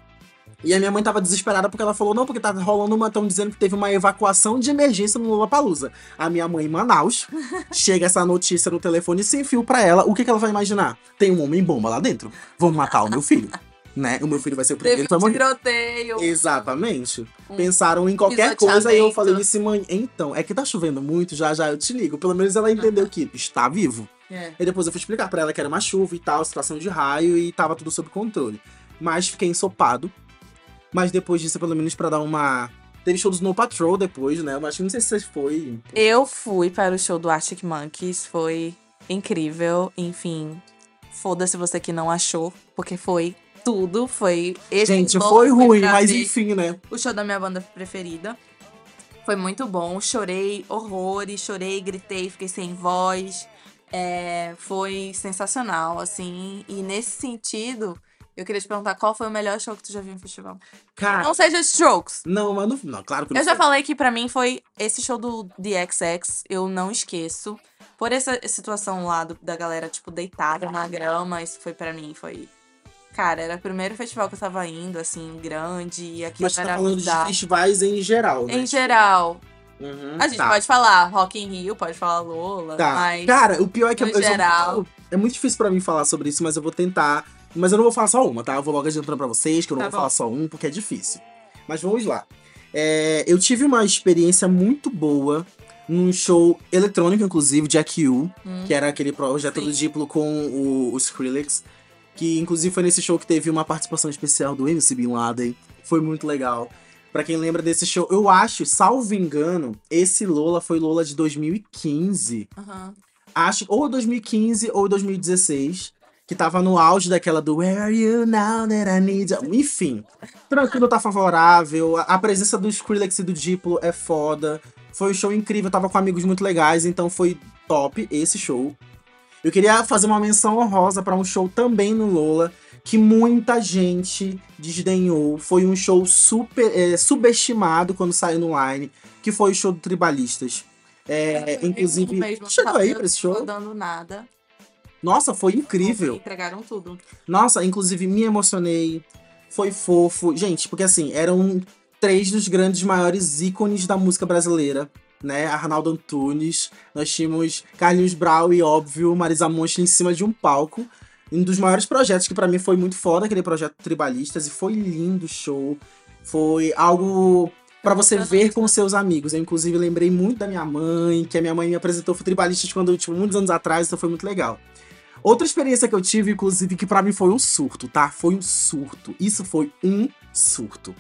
E a minha mãe tava desesperada porque ela falou, não, porque tá rolando uma, tão dizendo que teve uma evacuação de emergência no Lollapalooza. A minha mãe em Manaus, chega essa notícia no telefone sem fio pra ela, o que que ela vai imaginar? Tem um homem-bomba lá dentro? Vamos matar o meu filho, né? O meu filho vai ser o primeiro Teve que vai um morrer. tiroteio. Exatamente. Um Pensaram em qualquer coisa e eu pisoteamento. falei assim, mãe, então, é que tá chovendo muito, já já eu te ligo. Pelo menos ela entendeu que está vivo. É. E depois eu fui explicar pra ela que era uma chuva e tal, situação de raio e tava tudo sob controle. Mas fiquei ensopado. Mas depois disso, pelo menos pra dar uma... Teve show do Snow Patrol depois, né? Mas não sei se você foi. Eu fui para o show do Arctic Monkeys, foi incrível, enfim. Foda-se você que não achou, porque foi tudo, foi... Esse Gente, bom foi ruim, pra mas ver enfim, né? o show da minha banda preferida. Foi muito bom, chorei horrores, chorei, gritei, fiquei sem voz. É, foi sensacional, assim. E nesse sentido, eu queria te perguntar qual foi o melhor show que tu já viu no festival. Cara, Não seja Strokes. não, mas não, não, claro que não Eu já foi. falei que pra mim foi esse show do The X X, eu não esqueço. Por essa situação lá do- da galera, tipo, deitada na grama, isso foi pra mim, foi... Cara, era o primeiro festival que eu tava indo, assim, grande, e aquilo Mas você era tá falando de bizarro. festivais em geral, né? Em geral, Uhum, a gente tá. pode falar Rock in Rio, pode falar Lola, Tá. mas... Cara, o pior é que no eu, eu sou geral- muito- é muito difícil pra mim falar sobre isso, mas eu vou tentar. Mas eu não vou falar só uma, tá? Eu vou logo adiantando pra vocês que eu não Tá vou bom. falar só um, porque é difícil. Mas vamos lá. É, eu tive uma experiência muito boa num show eletrônico, inclusive, de A Q, Hum. que era aquele projeto Sim. do Diplo com o, o Skrillex. Que inclusive foi nesse show que teve uma participação especial do M C Bin Laden. Foi muito legal. Pra quem lembra desse show, eu acho, salvo engano, esse Lola foi Lola de dois mil e quinze. Aham. Acho, ou dois mil e quinze ou dois mil e dezesseis. Que tava no auge daquela do Where are you now that I need you? Enfim, tranquilo, tá favorável. A, a presença do Skrillex e do Diplo é foda. Foi um show incrível, eu tava com amigos muito legais, então foi top esse show. Eu queria fazer uma menção honrosa pra um show também no Lola, que muita gente desdenhou. Foi um show super é, subestimado quando saiu no Line, que foi o show do Tribalistas. É, inclusive, Mesmo, chegou tá- aí eu pra esse não tô show? dando nada. Nossa, foi incrível. Entregaram tudo. Nossa, inclusive me emocionei. Foi fofo. Gente, porque assim, eram três dos grandes maiores ícones da música brasileira, né? Arnaldo Antunes, nós tínhamos Carlinhos Brau e, óbvio, Marisa Monte em cima de um palco. Um dos maiores projetos que pra mim foi muito foda, aquele projeto Tribalistas, e foi lindo o show. Foi algo pra você ver com seus amigos. Eu, inclusive, lembrei muito da minha mãe, que a minha mãe me apresentou pro Tribalistas quando, tipo, muitos anos atrás, então foi muito legal. Outra experiência que eu tive, inclusive, que pra mim foi um surto, tá? Foi um surto. Isso foi um surto.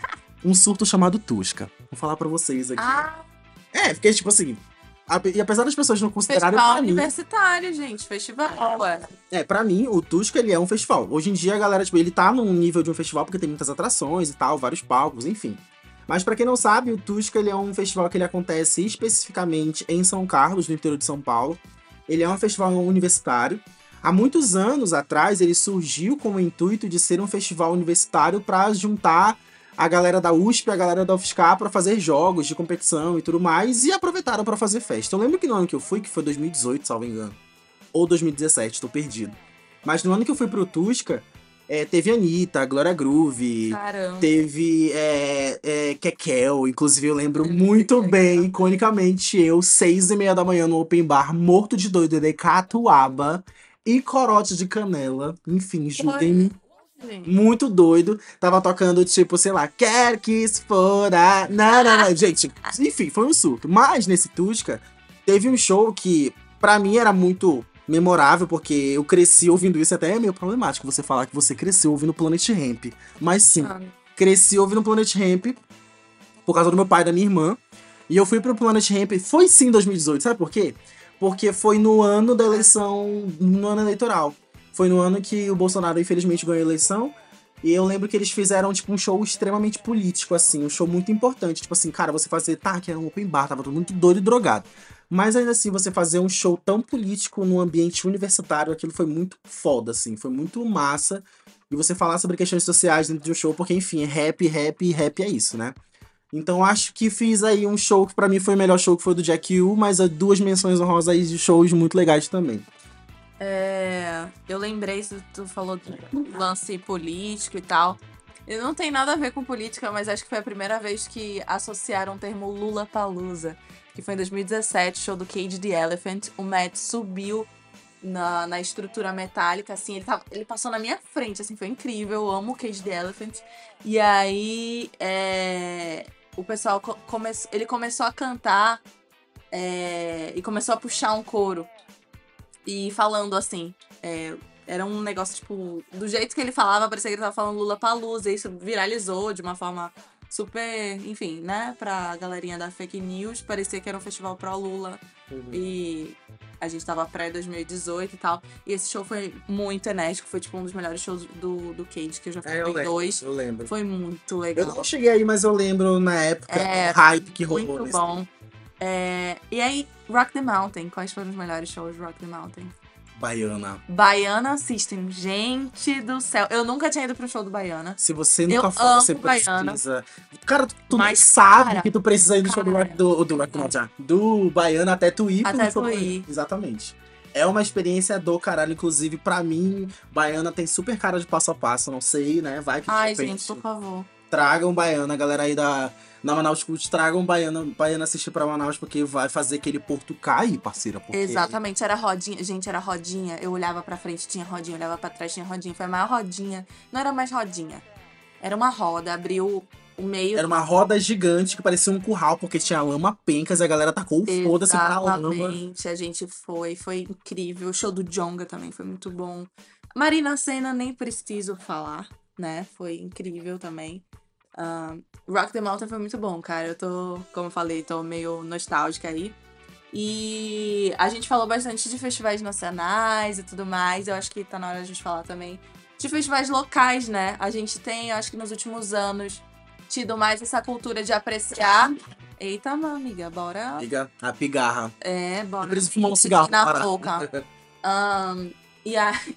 Um surto chamado Tusca. Vou falar pra vocês aqui. Ah, É, porque, tipo assim... a- E apesar das pessoas não considerarem festival pra mim... universitário, gente. Festival, ué. É, pra mim, o Tusca, ele é um festival. Hoje em dia, a galera, tipo, ele tá num nível de um festival porque tem muitas atrações e tal, vários palcos, enfim. Mas pra quem não sabe, o Tusca, ele é um festival que ele acontece especificamente em São Carlos, no interior de São Paulo. Ele é um festival universitário. Há muitos anos atrás, ele surgiu com o intuito de ser um festival universitário pra juntar a galera da U S P e a galera da U F S C A pra fazer jogos de competição e tudo mais, e aproveitaram pra fazer festa. Eu lembro que no ano que eu fui, que foi dois mil e dezoito, salvo engano, ou dois mil e dezessete, tô perdido. Mas no ano que eu fui pro Tusca, é, teve Anitta, Glória Groove, Caramba. teve é, é, Kekel, inclusive eu lembro muito bem, iconicamente, eu, seis e meia da manhã no open bar, morto de doido de catuaba e corote de canela. Enfim, julguem-me Sim. Muito doido. Tava tocando, tipo, sei lá, quer que se foda. Não, não, não. Gente, enfim, foi um surto. Mas nesse Tusca, teve um show que, pra mim, era muito memorável, porque eu cresci ouvindo isso. Até é meio problemático você falar que você cresceu ouvindo Planet Hemp. Mas sim, Ah, cresci ouvindo Planet Hemp por causa do meu pai e da minha irmã. E eu fui pro Planet Hemp, foi sim em dois mil e dezoito, sabe por quê? Porque foi no ano da eleição, no ano eleitoral. Foi no ano que o Bolsonaro, infelizmente, ganhou a eleição. E eu lembro que eles fizeram, tipo, um show extremamente político, assim, um show muito importante. Tipo assim, cara, você fazer, tá, que era um open bar, tava todo mundo doido e drogado. Mas ainda assim, você fazer um show tão político num ambiente universitário, aquilo foi muito foda, assim, foi muito massa. E você falar sobre questões sociais dentro de um show, porque, enfim, é rap, rap e rap é isso, né? Então acho que fiz aí um show que pra mim foi o melhor show, que foi o do Jack U, mas as duas menções honrosas aí de shows muito legais também. É, eu lembrei, se tu falou do lance político e tal. Eu não tem nada a ver com política, mas acho que foi a primeira vez que associaram o termo Lula-Palusa, que foi em dois mil e dezessete, show do Cage the Elephant. O Matt subiu na, na estrutura metálica, assim, ele, tava, ele passou na minha frente, assim, foi incrível. Eu amo o Cage the Elephant. E aí, é, o pessoal co come ele começou a cantar é, e começou a puxar um coro. E falando assim, é, era um negócio, tipo, do jeito que ele falava, parecia que ele tava falando Lula Palusa, e isso viralizou de uma forma super, enfim, né, pra galerinha da fake news, parecia que era um festival pró-Lula, Uhum. e a gente tava pré-dois mil e dezoito e tal, e esse show foi muito enérgico, foi, tipo, um dos melhores shows do, do Cage, que eu já fui É, eu em lembro, dois, eu lembro. foi muito Eu legal. não cheguei aí, mas eu lembro na época É, o hype que rolou muito nesse bom. É, e aí, Rock the Mountain, quais foram os melhores shows de Rock the Mountain? Baiana. Baiana System, gente do céu. Eu nunca tinha ido pro show do Baiana. Se você Eu nunca for, amo você Baiana. precisa. Cara, tu, tu nem Mas, sabe cara, que tu precisa ir no show do, cara. Rock- do, do, Rock Mountain, do Baiana até tu ir Até pro show tu do ir. Baiana. Exatamente. É uma experiência do caralho. Inclusive, pra mim, Baiana tem super cara de passo a passo. Não sei, né? Vai que de Ai, repente gente, por favor. tragam Baiana, a galera aí da, na Manaus Cult, tragam Baiana, Baiana assistir pra Manaus, porque vai fazer aquele porto cair, parceira. Porque... Exatamente, era rodinha. Gente, era rodinha. Eu olhava pra frente, tinha rodinha. Eu olhava pra trás, tinha rodinha. Foi a maior rodinha. Não era mais rodinha. Era uma roda. Abriu o meio. Era uma roda gigante que parecia um curral, porque tinha lama pencas e a galera tacou o foda-se pra lama. Exatamente, a gente foi. Foi incrível. O show do Djonga também foi muito bom. Marina Sena, nem preciso falar, né? Foi incrível também. Uh, Rock the Mountain foi muito bom, cara. Eu tô, como eu falei, tô meio nostálgica aí. E a gente falou bastante de festivais nacionais e tudo mais. Eu acho que tá na hora de a gente falar também de festivais locais, né? A gente tem, eu acho que nos últimos anos, tido mais essa cultura de apreciar. Eita, minha amiga, bora. Amiga, a pigarra. É, bora. Eu preciso fumar um cigarro. Na para. boca. Um, e aí.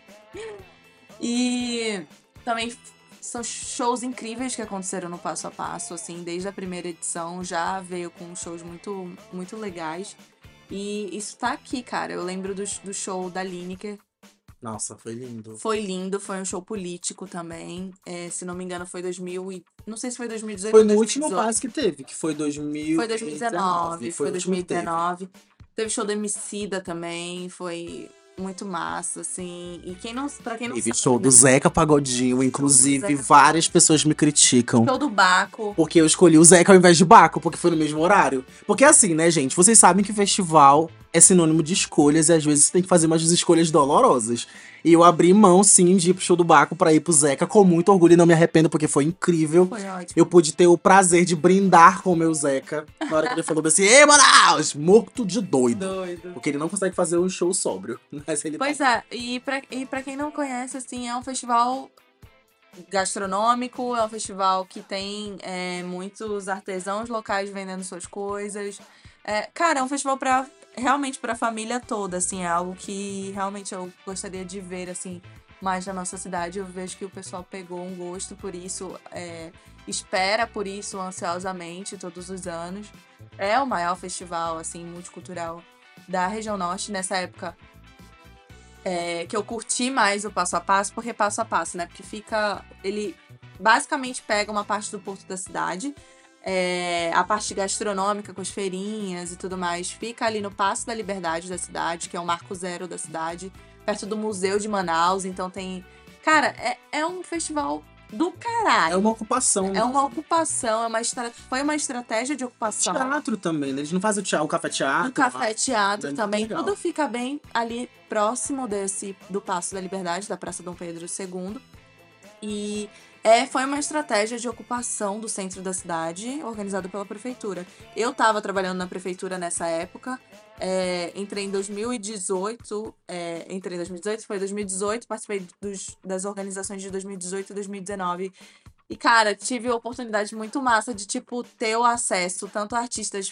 E também são shows incríveis que aconteceram no Passo a Passo, assim, desde a primeira edição já veio com shows muito, muito legais. E isso tá aqui, cara. Eu lembro do, do show da Lineker. Nossa, foi lindo. Foi lindo, foi um show político também. É, se não me engano, foi dois mil e... Não sei se foi dois mil e dezoito Foi ou no dois mil e último dezoito. passo que teve, que foi dois mil Foi dois mil e dezenove, foi dois mil e teve. dezenove. Teve show do Emicida também, foi muito massa, assim. E quem não, pra quem não Teve sabe... show do Zeca Pagodinho, inclusive Zeca várias pessoas me criticam. Show do Baco. Porque eu escolhi o Zeca ao invés de Baco, porque foi no mesmo horário. Porque assim, né, gente? Vocês sabem que festival é sinônimo de escolhas e às vezes você tem que fazer umas escolhas dolorosas. E eu abri mão, sim, de ir pro show do Baco pra ir pro Zeca com muito orgulho e não me arrependo, porque foi incrível. Foi ótimo. Eu pude ter o prazer de brindar com o meu Zeca na hora que ele falou assim: Ei, Manaus! Morto de doido. Doido. Porque ele não consegue fazer um show sóbrio. Mas ele Pois tá... é, e pra, e pra quem não conhece, assim, é um festival gastronômico, é um festival que tem é, muitos artesãos locais vendendo suas coisas. É, cara, é um festival pra, realmente pra família toda, assim, é algo que realmente eu gostaria de ver, assim, mais na nossa cidade. Eu vejo que o pessoal pegou um gosto por isso, é, espera por isso ansiosamente todos os anos. É o maior festival, assim, multicultural da região norte. Nessa época, é, que eu curti mais o Passo a Passo, porque Passo a Passo, né? Porque fica... Ele basicamente pega uma parte do porto da cidade, é, a parte gastronômica com as feirinhas e tudo mais, fica ali no Passo da Liberdade da cidade, que é o marco zero da cidade, perto do Museu de Manaus. Então tem... Cara, é, é um festival do caralho. É uma ocupação. É uma ocupação, é uma estra... foi uma estratégia de ocupação. Teatro também, né? Eles não fazem o, teatro, o café teatro. O café teatro é também. legal. Tudo fica bem ali próximo desse do Paço da Liberdade, da Praça Dom Pedro segundo. E é, foi uma estratégia de ocupação do centro da cidade, organizada pela prefeitura. Eu estava trabalhando na prefeitura nessa época. É, entrei em dois mil e dezoito, é, entrei em dois mil e dezoito, foi dois mil e dezoito, participei dos, das organizações de dois mil e dezoito e dois mil e dezenove. E, cara, tive a oportunidade muito massa de, tipo, ter o acesso tanto a artistas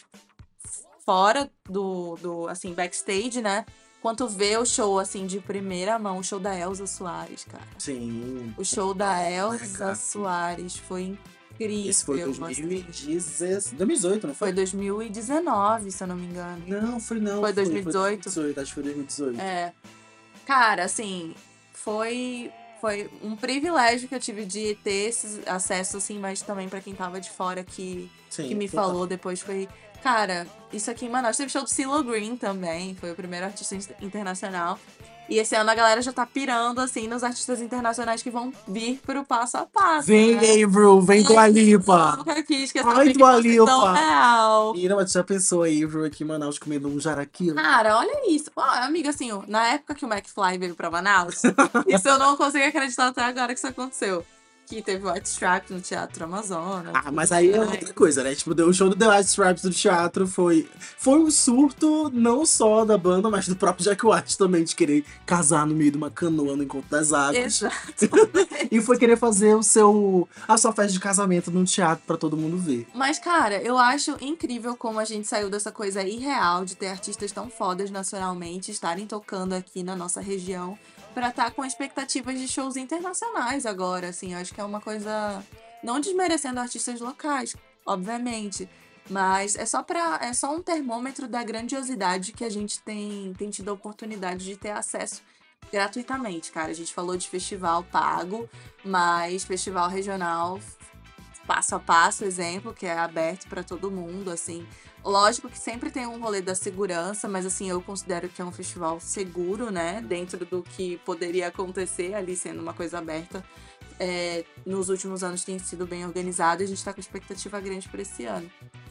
fora do, do, assim, backstage, né? Quanto ver o show, assim, de primeira mão, o show da Elza Soares, cara. Sim. O show da Elza Legal. Soares foi incrível. Esse foi dois mil e dezoito, não foi? Foi dois mil e dezenove, se eu não me engano. Não, foi não. Foi dois mil e dezoito? Foi dois mil e dezoito, acho que foi dois mil e dezoito. É. Cara, assim, foi, foi um privilégio que eu tive de ter esse acesso, assim, mas também pra quem tava de fora que, Sim, que me total. falou depois foi... Cara, isso aqui em Manaus. Teve show do CeeLo Green também, foi o primeiro artista internacional. E esse ano a galera já tá pirando, assim, nos artistas internacionais que vão vir pro Passo a Passo. Vem, né? Avril, vem Dua Lipa. Eu nunca quis que essa Ai, fique Dua uma questão Lipa. real. Menina, mas já pensou a Avril aqui em Manaus comendo um jaraqui? Cara, olha isso. Ó, amiga, assim, ó, na época que o McFly veio pra Manaus, isso eu não consigo acreditar até agora que isso aconteceu. Que teve o White Stripes no Teatro Amazonas. Ah, mas aí é outra coisa, né? Tipo, o show do The White Stripes do teatro foi... Foi um surto não só da banda, mas do próprio Jack White também, de querer casar no meio de uma canoa no Encontro das Águas. Exato. E foi querer fazer o seu... a sua festa de casamento num teatro pra todo mundo ver. Mas, cara, eu acho incrível como a gente saiu dessa coisa irreal de ter artistas tão fodas nacionalmente estarem tocando aqui na nossa região pra estar com expectativas de shows internacionais agora, assim. Eu acho que é uma coisa... Não desmerecendo artistas locais, obviamente. Mas é só, pra, é só um termômetro da grandiosidade que a gente tem, tem tido a oportunidade de ter acesso gratuitamente, cara. A gente falou de festival pago, mas festival regional passo a passo, exemplo, que é aberto para todo mundo, assim. Lógico que sempre tem um rolê da segurança, mas assim, eu considero que é um festival seguro, né? Dentro do que poderia acontecer ali sendo uma coisa aberta. É, nos últimos anos tem sido bem organizado e a gente tá com expectativa grande para esse ano.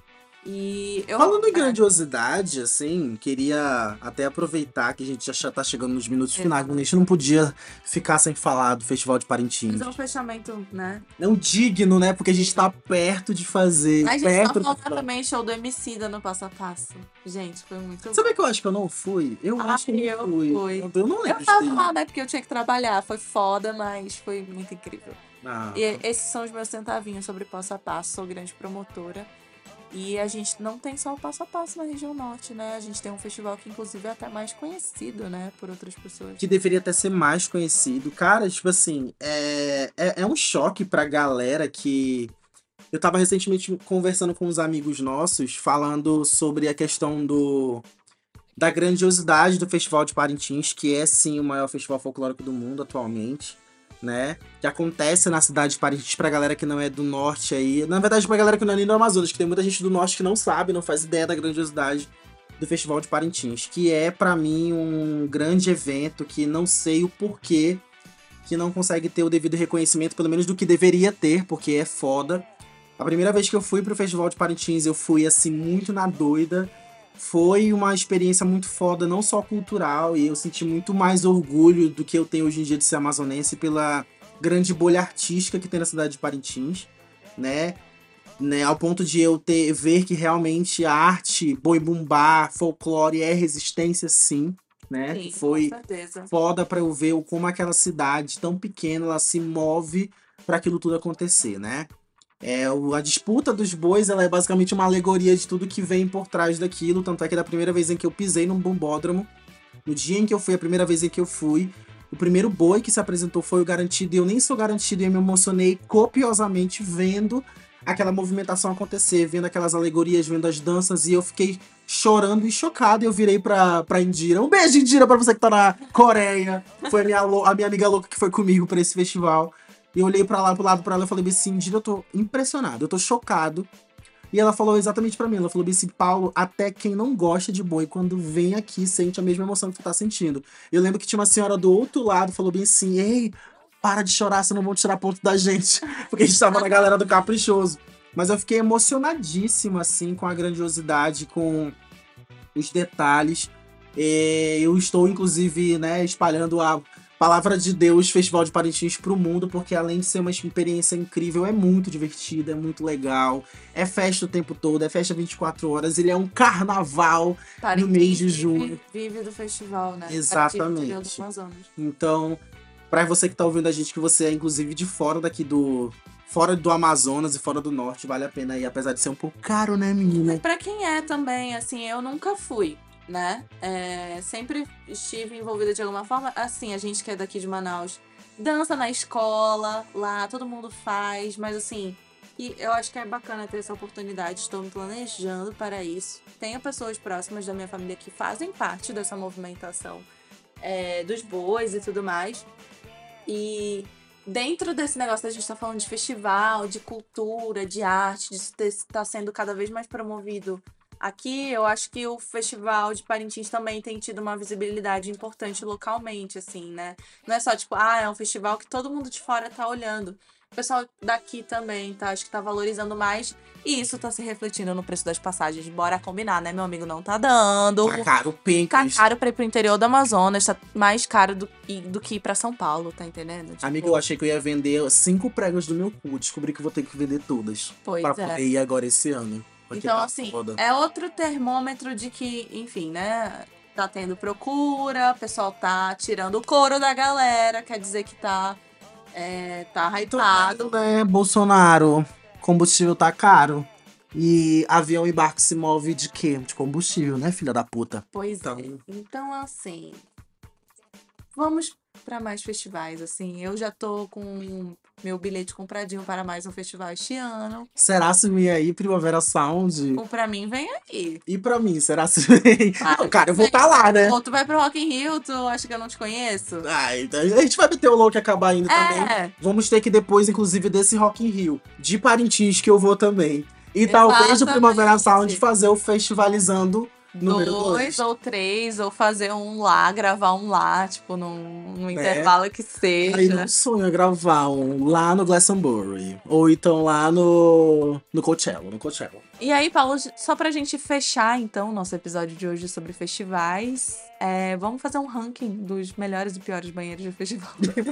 E eu, Falando em é, grandiosidade, assim, queria até aproveitar que a gente já tá chegando nos minutos finais, mas a gente não podia ficar sem falar do Festival de Parintins. Mas é um fechamento, né? É um digno, né? Porque a gente tá perto de fazer. A gente perto só do falou festival. também show do Emicida no Passo a Passo. Gente, foi muito Sabe que eu acho que eu não fui? Eu Ai, acho que eu eu não fui. fui. Eu, eu não lembro Eu de tava ter. lá, né? Porque eu tinha que trabalhar. Foi foda, mas foi muito incrível. Ah, E esses são os meus centavinhos sobre passo a passo. Sou grande promotora. E a gente não tem só o passo a passo na região norte, né? A gente tem um festival que, inclusive, é até mais conhecido, né? Por outras pessoas. que deveria até ser mais conhecido. Cara, tipo assim, é, é, é um choque pra galera que. Eu tava recentemente conversando com uns amigos nossos, falando sobre a questão do. Da grandiosidade do Festival de Parintins, que é sim o maior festival folclórico do mundo atualmente, né? Que acontece na cidade de Parintins pra galera que não é do norte aí. Na verdade, pra galera que não é nem do Amazonas, que tem muita gente do norte que não sabe, não faz ideia da grandiosidade do Festival de Parintins, que é pra mim um grande evento que não sei o porquê que não consegue ter o devido reconhecimento, pelo menos do que deveria ter, porque é foda. A primeira vez que eu fui pro Festival de Parintins, eu fui assim muito na doida. Foi uma experiência muito foda, não só cultural, e eu senti muito mais orgulho do que eu tenho hoje em dia de ser amazonense pela grande bolha artística que tem na cidade de Parintins, né? Né, ao ponto de eu ter, ver que realmente a arte, boi bumbá, folclore é resistência, sim, né? Sim, Foi com certeza. foda pra eu ver o- como aquela cidade tão pequena ela se move pra aquilo tudo acontecer, né? É, o- a disputa dos bois ela é basicamente uma alegoria de tudo que vem por trás daquilo, tanto é que da primeira vez em que eu pisei num bombódromo, no dia em que eu fui, a primeira vez em que eu fui, o primeiro boi que se apresentou foi o garantido, e eu nem sou garantido, e eu me emocionei copiosamente vendo aquela movimentação acontecer, vendo aquelas alegorias, vendo as danças, e eu fiquei chorando e chocado, e eu virei pra, pra Indira. Um beijo, Indira, pra você que tá na Coreia. Foi a minha, lou- a minha amiga louca que foi comigo pra esse festival. E eu olhei pra lá, pro lado pra ela, e falei assim, Indira, eu tô impressionado, eu tô chocado. E ela falou exatamente pra mim, ela falou assim, Paulo, até quem não gosta de boi, quando vem aqui, sente a mesma emoção que tu tá sentindo. Eu lembro que tinha uma senhora do outro lado, falou bem assim, ei, para de chorar, senão vão tirar ponto da gente. Porque a gente tava na galera do Caprichoso. Mas eu fiquei emocionadíssimo, assim, com a grandiosidade, com os detalhes. E eu estou, inclusive, né, espalhando a palavra de Deus, Festival de Parintins, pro mundo, porque além de ser uma experiência incrível, é muito divertido, é muito legal. É festa o tempo todo, é festa vinte e quatro horas, ele é um carnaval Parintins no mês de vive- junho. Vive do festival, né? Exatamente. Parintins, do Amazonas. Então, pra você que tá ouvindo a gente, que você é inclusive de fora daqui do... Fora do Amazonas e fora do Norte, vale a pena ir, apesar de ser um pouco caro, né, menina? Pra quem é também, assim, eu nunca fui, né? É, sempre estive envolvida de alguma forma. Assim, a gente que é daqui de Manaus, dança na escola, lá, todo mundo faz, mas assim, e eu acho que é bacana ter essa oportunidade, estou me planejando para isso. Tenho pessoas próximas da minha família que fazem parte dessa movimentação é, dos bois e tudo mais. E dentro desse negócio da gente tá falando de festival, de cultura, de arte, de estar sendo cada vez mais promovido aqui, eu acho que o Festival de Parintins também tem tido uma visibilidade importante localmente, assim, né? Não é só tipo, ah, é um festival que todo mundo de fora tá olhando. O pessoal daqui também, tá? Acho que tá valorizando mais. E isso tá se refletindo no preço das passagens. Bora combinar, né, meu amigo? Não tá dando. Tá caro, Tá pincas. caro pra ir pro interior do Amazonas, tá mais caro do, que- do que ir pra São Paulo, tá entendendo? Tipo, Amiga, eu achei que eu ia vender cinco pregas do meu cu. Descobri que eu vou ter que vender todas. Pois pra é. poder ir agora esse ano. Porque Então, tá assim, foda. é outro termômetro de que, enfim, né? Tá tendo procura, o pessoal tá tirando o couro da galera, quer dizer que tá, é, tá hypado. né, Bolsonaro, combustível tá caro. E avião e barco se move de quê? De combustível, né, filha da puta? Pois Então- é. Então, assim, vamos pra mais festivais, assim. Eu já tô com meu bilhete compradinho para mais um festival este ano. Será se vem aí Primavera Sound? O pra mim vem aqui. E pra mim, será se vem? Claro Não, cara, eu que vou vem. tá lá, né? Ou tu vai pro Rock in Rio, tu acha que eu não te conheço? Ah, então a gente vai meter o louco e acabar indo também. É, Vamos ter que depois, inclusive, desse Rock in Rio, de Parintins, que eu vou também. E talvez o Exatamente. Primavera Sound fazer o Festivalizando número dois dois. ou três, ou fazer um lá, gravar um lá, tipo, num, num intervalo que seja. Aí não sonho gravar um lá no Glastonbury. Ou então lá no. no Coachella, no Coachella. E aí, Paulo, só pra gente fechar, então, nosso episódio de hoje sobre festivais, é, vamos fazer um ranking dos melhores e piores banheiros de festival.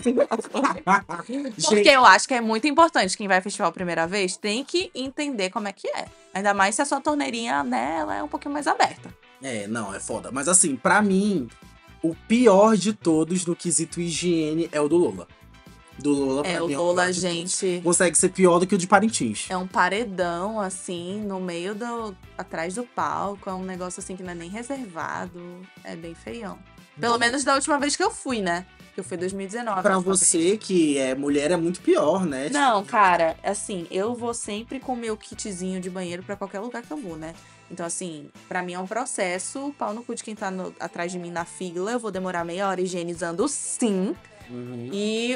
Porque Gente, eu acho que é muito importante. Quem vai ao festival a primeira vez tem que entender como é que é. Ainda mais se a sua torneirinha, né, ela é um pouquinho mais aberta. é, não, é foda. Mas assim, pra mim, o pior de todos no quesito higiene é o do Lola. Do Lola, pra É, o mim, Lola, pior de gente, todos. Consegue ser pior do que o de Parintins. é um paredão, assim, no meio do... atrás do palco. É um negócio, assim, que não é nem reservado. É bem feião. Pelo menos da última vez que eu fui, né? Que eu fui em dois mil e dezenove. Pra a última você vez. que é mulher, é muito pior, né? Não, Tipo, cara, assim, eu vou sempre com o meu kitzinho de banheiro pra qualquer lugar que eu vou, né? Então, assim, pra mim é um processo. Pau no cu de quem tá no- atrás de mim na fila. Eu vou demorar meia hora higienizando, sim. uhum. E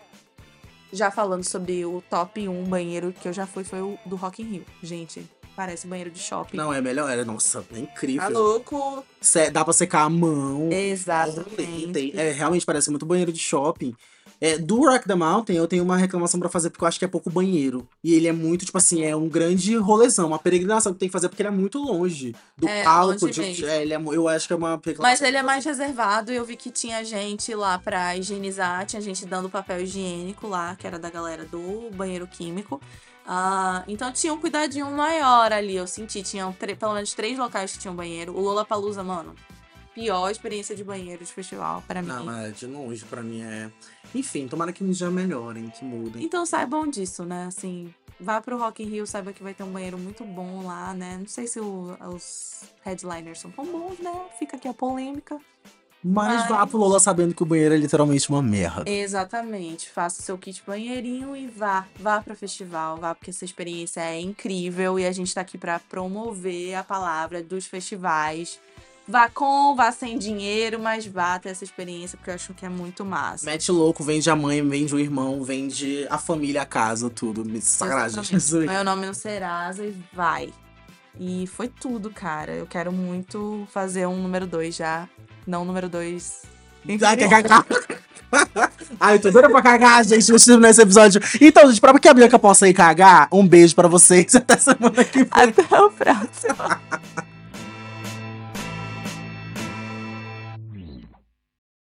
já falando sobre o top um banheiro que eu já fui, foi o do Rock in Rio. Gente, parece banheiro de shopping. Não, é melhor. É, nossa, é incrível. Tá louco? Se- Dá pra secar a mão. Exatamente. Tem- é, realmente parece muito banheiro de shopping. É, do Rock the Mountain, eu tenho uma reclamação pra fazer, porque eu acho que é pouco banheiro. E ele é muito, tipo assim, é um grande rolezão, uma peregrinação que tem que fazer, porque ele é muito longe do É, palco. longe De, mesmo. é, ele é, mu- eu acho que é uma reclamação. Mas ele é mais reservado e eu vi que tinha gente lá pra higienizar, tinha gente dando papel higiênico lá, que era da galera do banheiro químico. Ah, então tinha um cuidadinho maior ali, eu senti. Tinham tre- pelo menos três locais que tinham banheiro. O Lollapalooza, mano, pior experiência de banheiro de festival pra mim. Não, mas de longe, pra mim é. Enfim, tomara que eles já melhorem, que mudem. Então saibam disso, né? Assim, vá pro Rock in Rio, saiba que vai ter um banheiro muito bom lá, né? Não sei se o- os headliners são tão bons, né? Fica aqui a polêmica. Mas, mas- vá pro Lola sabendo que o banheiro é literalmente uma merda. Exatamente. Faça o seu kit banheirinho e vá. Vá pro festival, vá, porque essa experiência é incrível e a gente tá aqui pra promover a palavra dos festivais. Vá com, vá sem dinheiro, mas vá ter essa experiência, porque eu acho que é muito massa. Mete louco, vende a mãe, vende o irmão, vende a família, a casa, tudo. Sacanagem. Exatamente. Põe o nome no Serasa e vai. E foi tudo, cara. Eu quero muito fazer um número dois já. Não número dois. Ai, que- que- que- Ai, eu tô doida pra cagar, gente, nesse episódio. Então, gente, pra que a Bianca possa ir cagar, um beijo pra vocês. Até semana que vem. Até o próximo.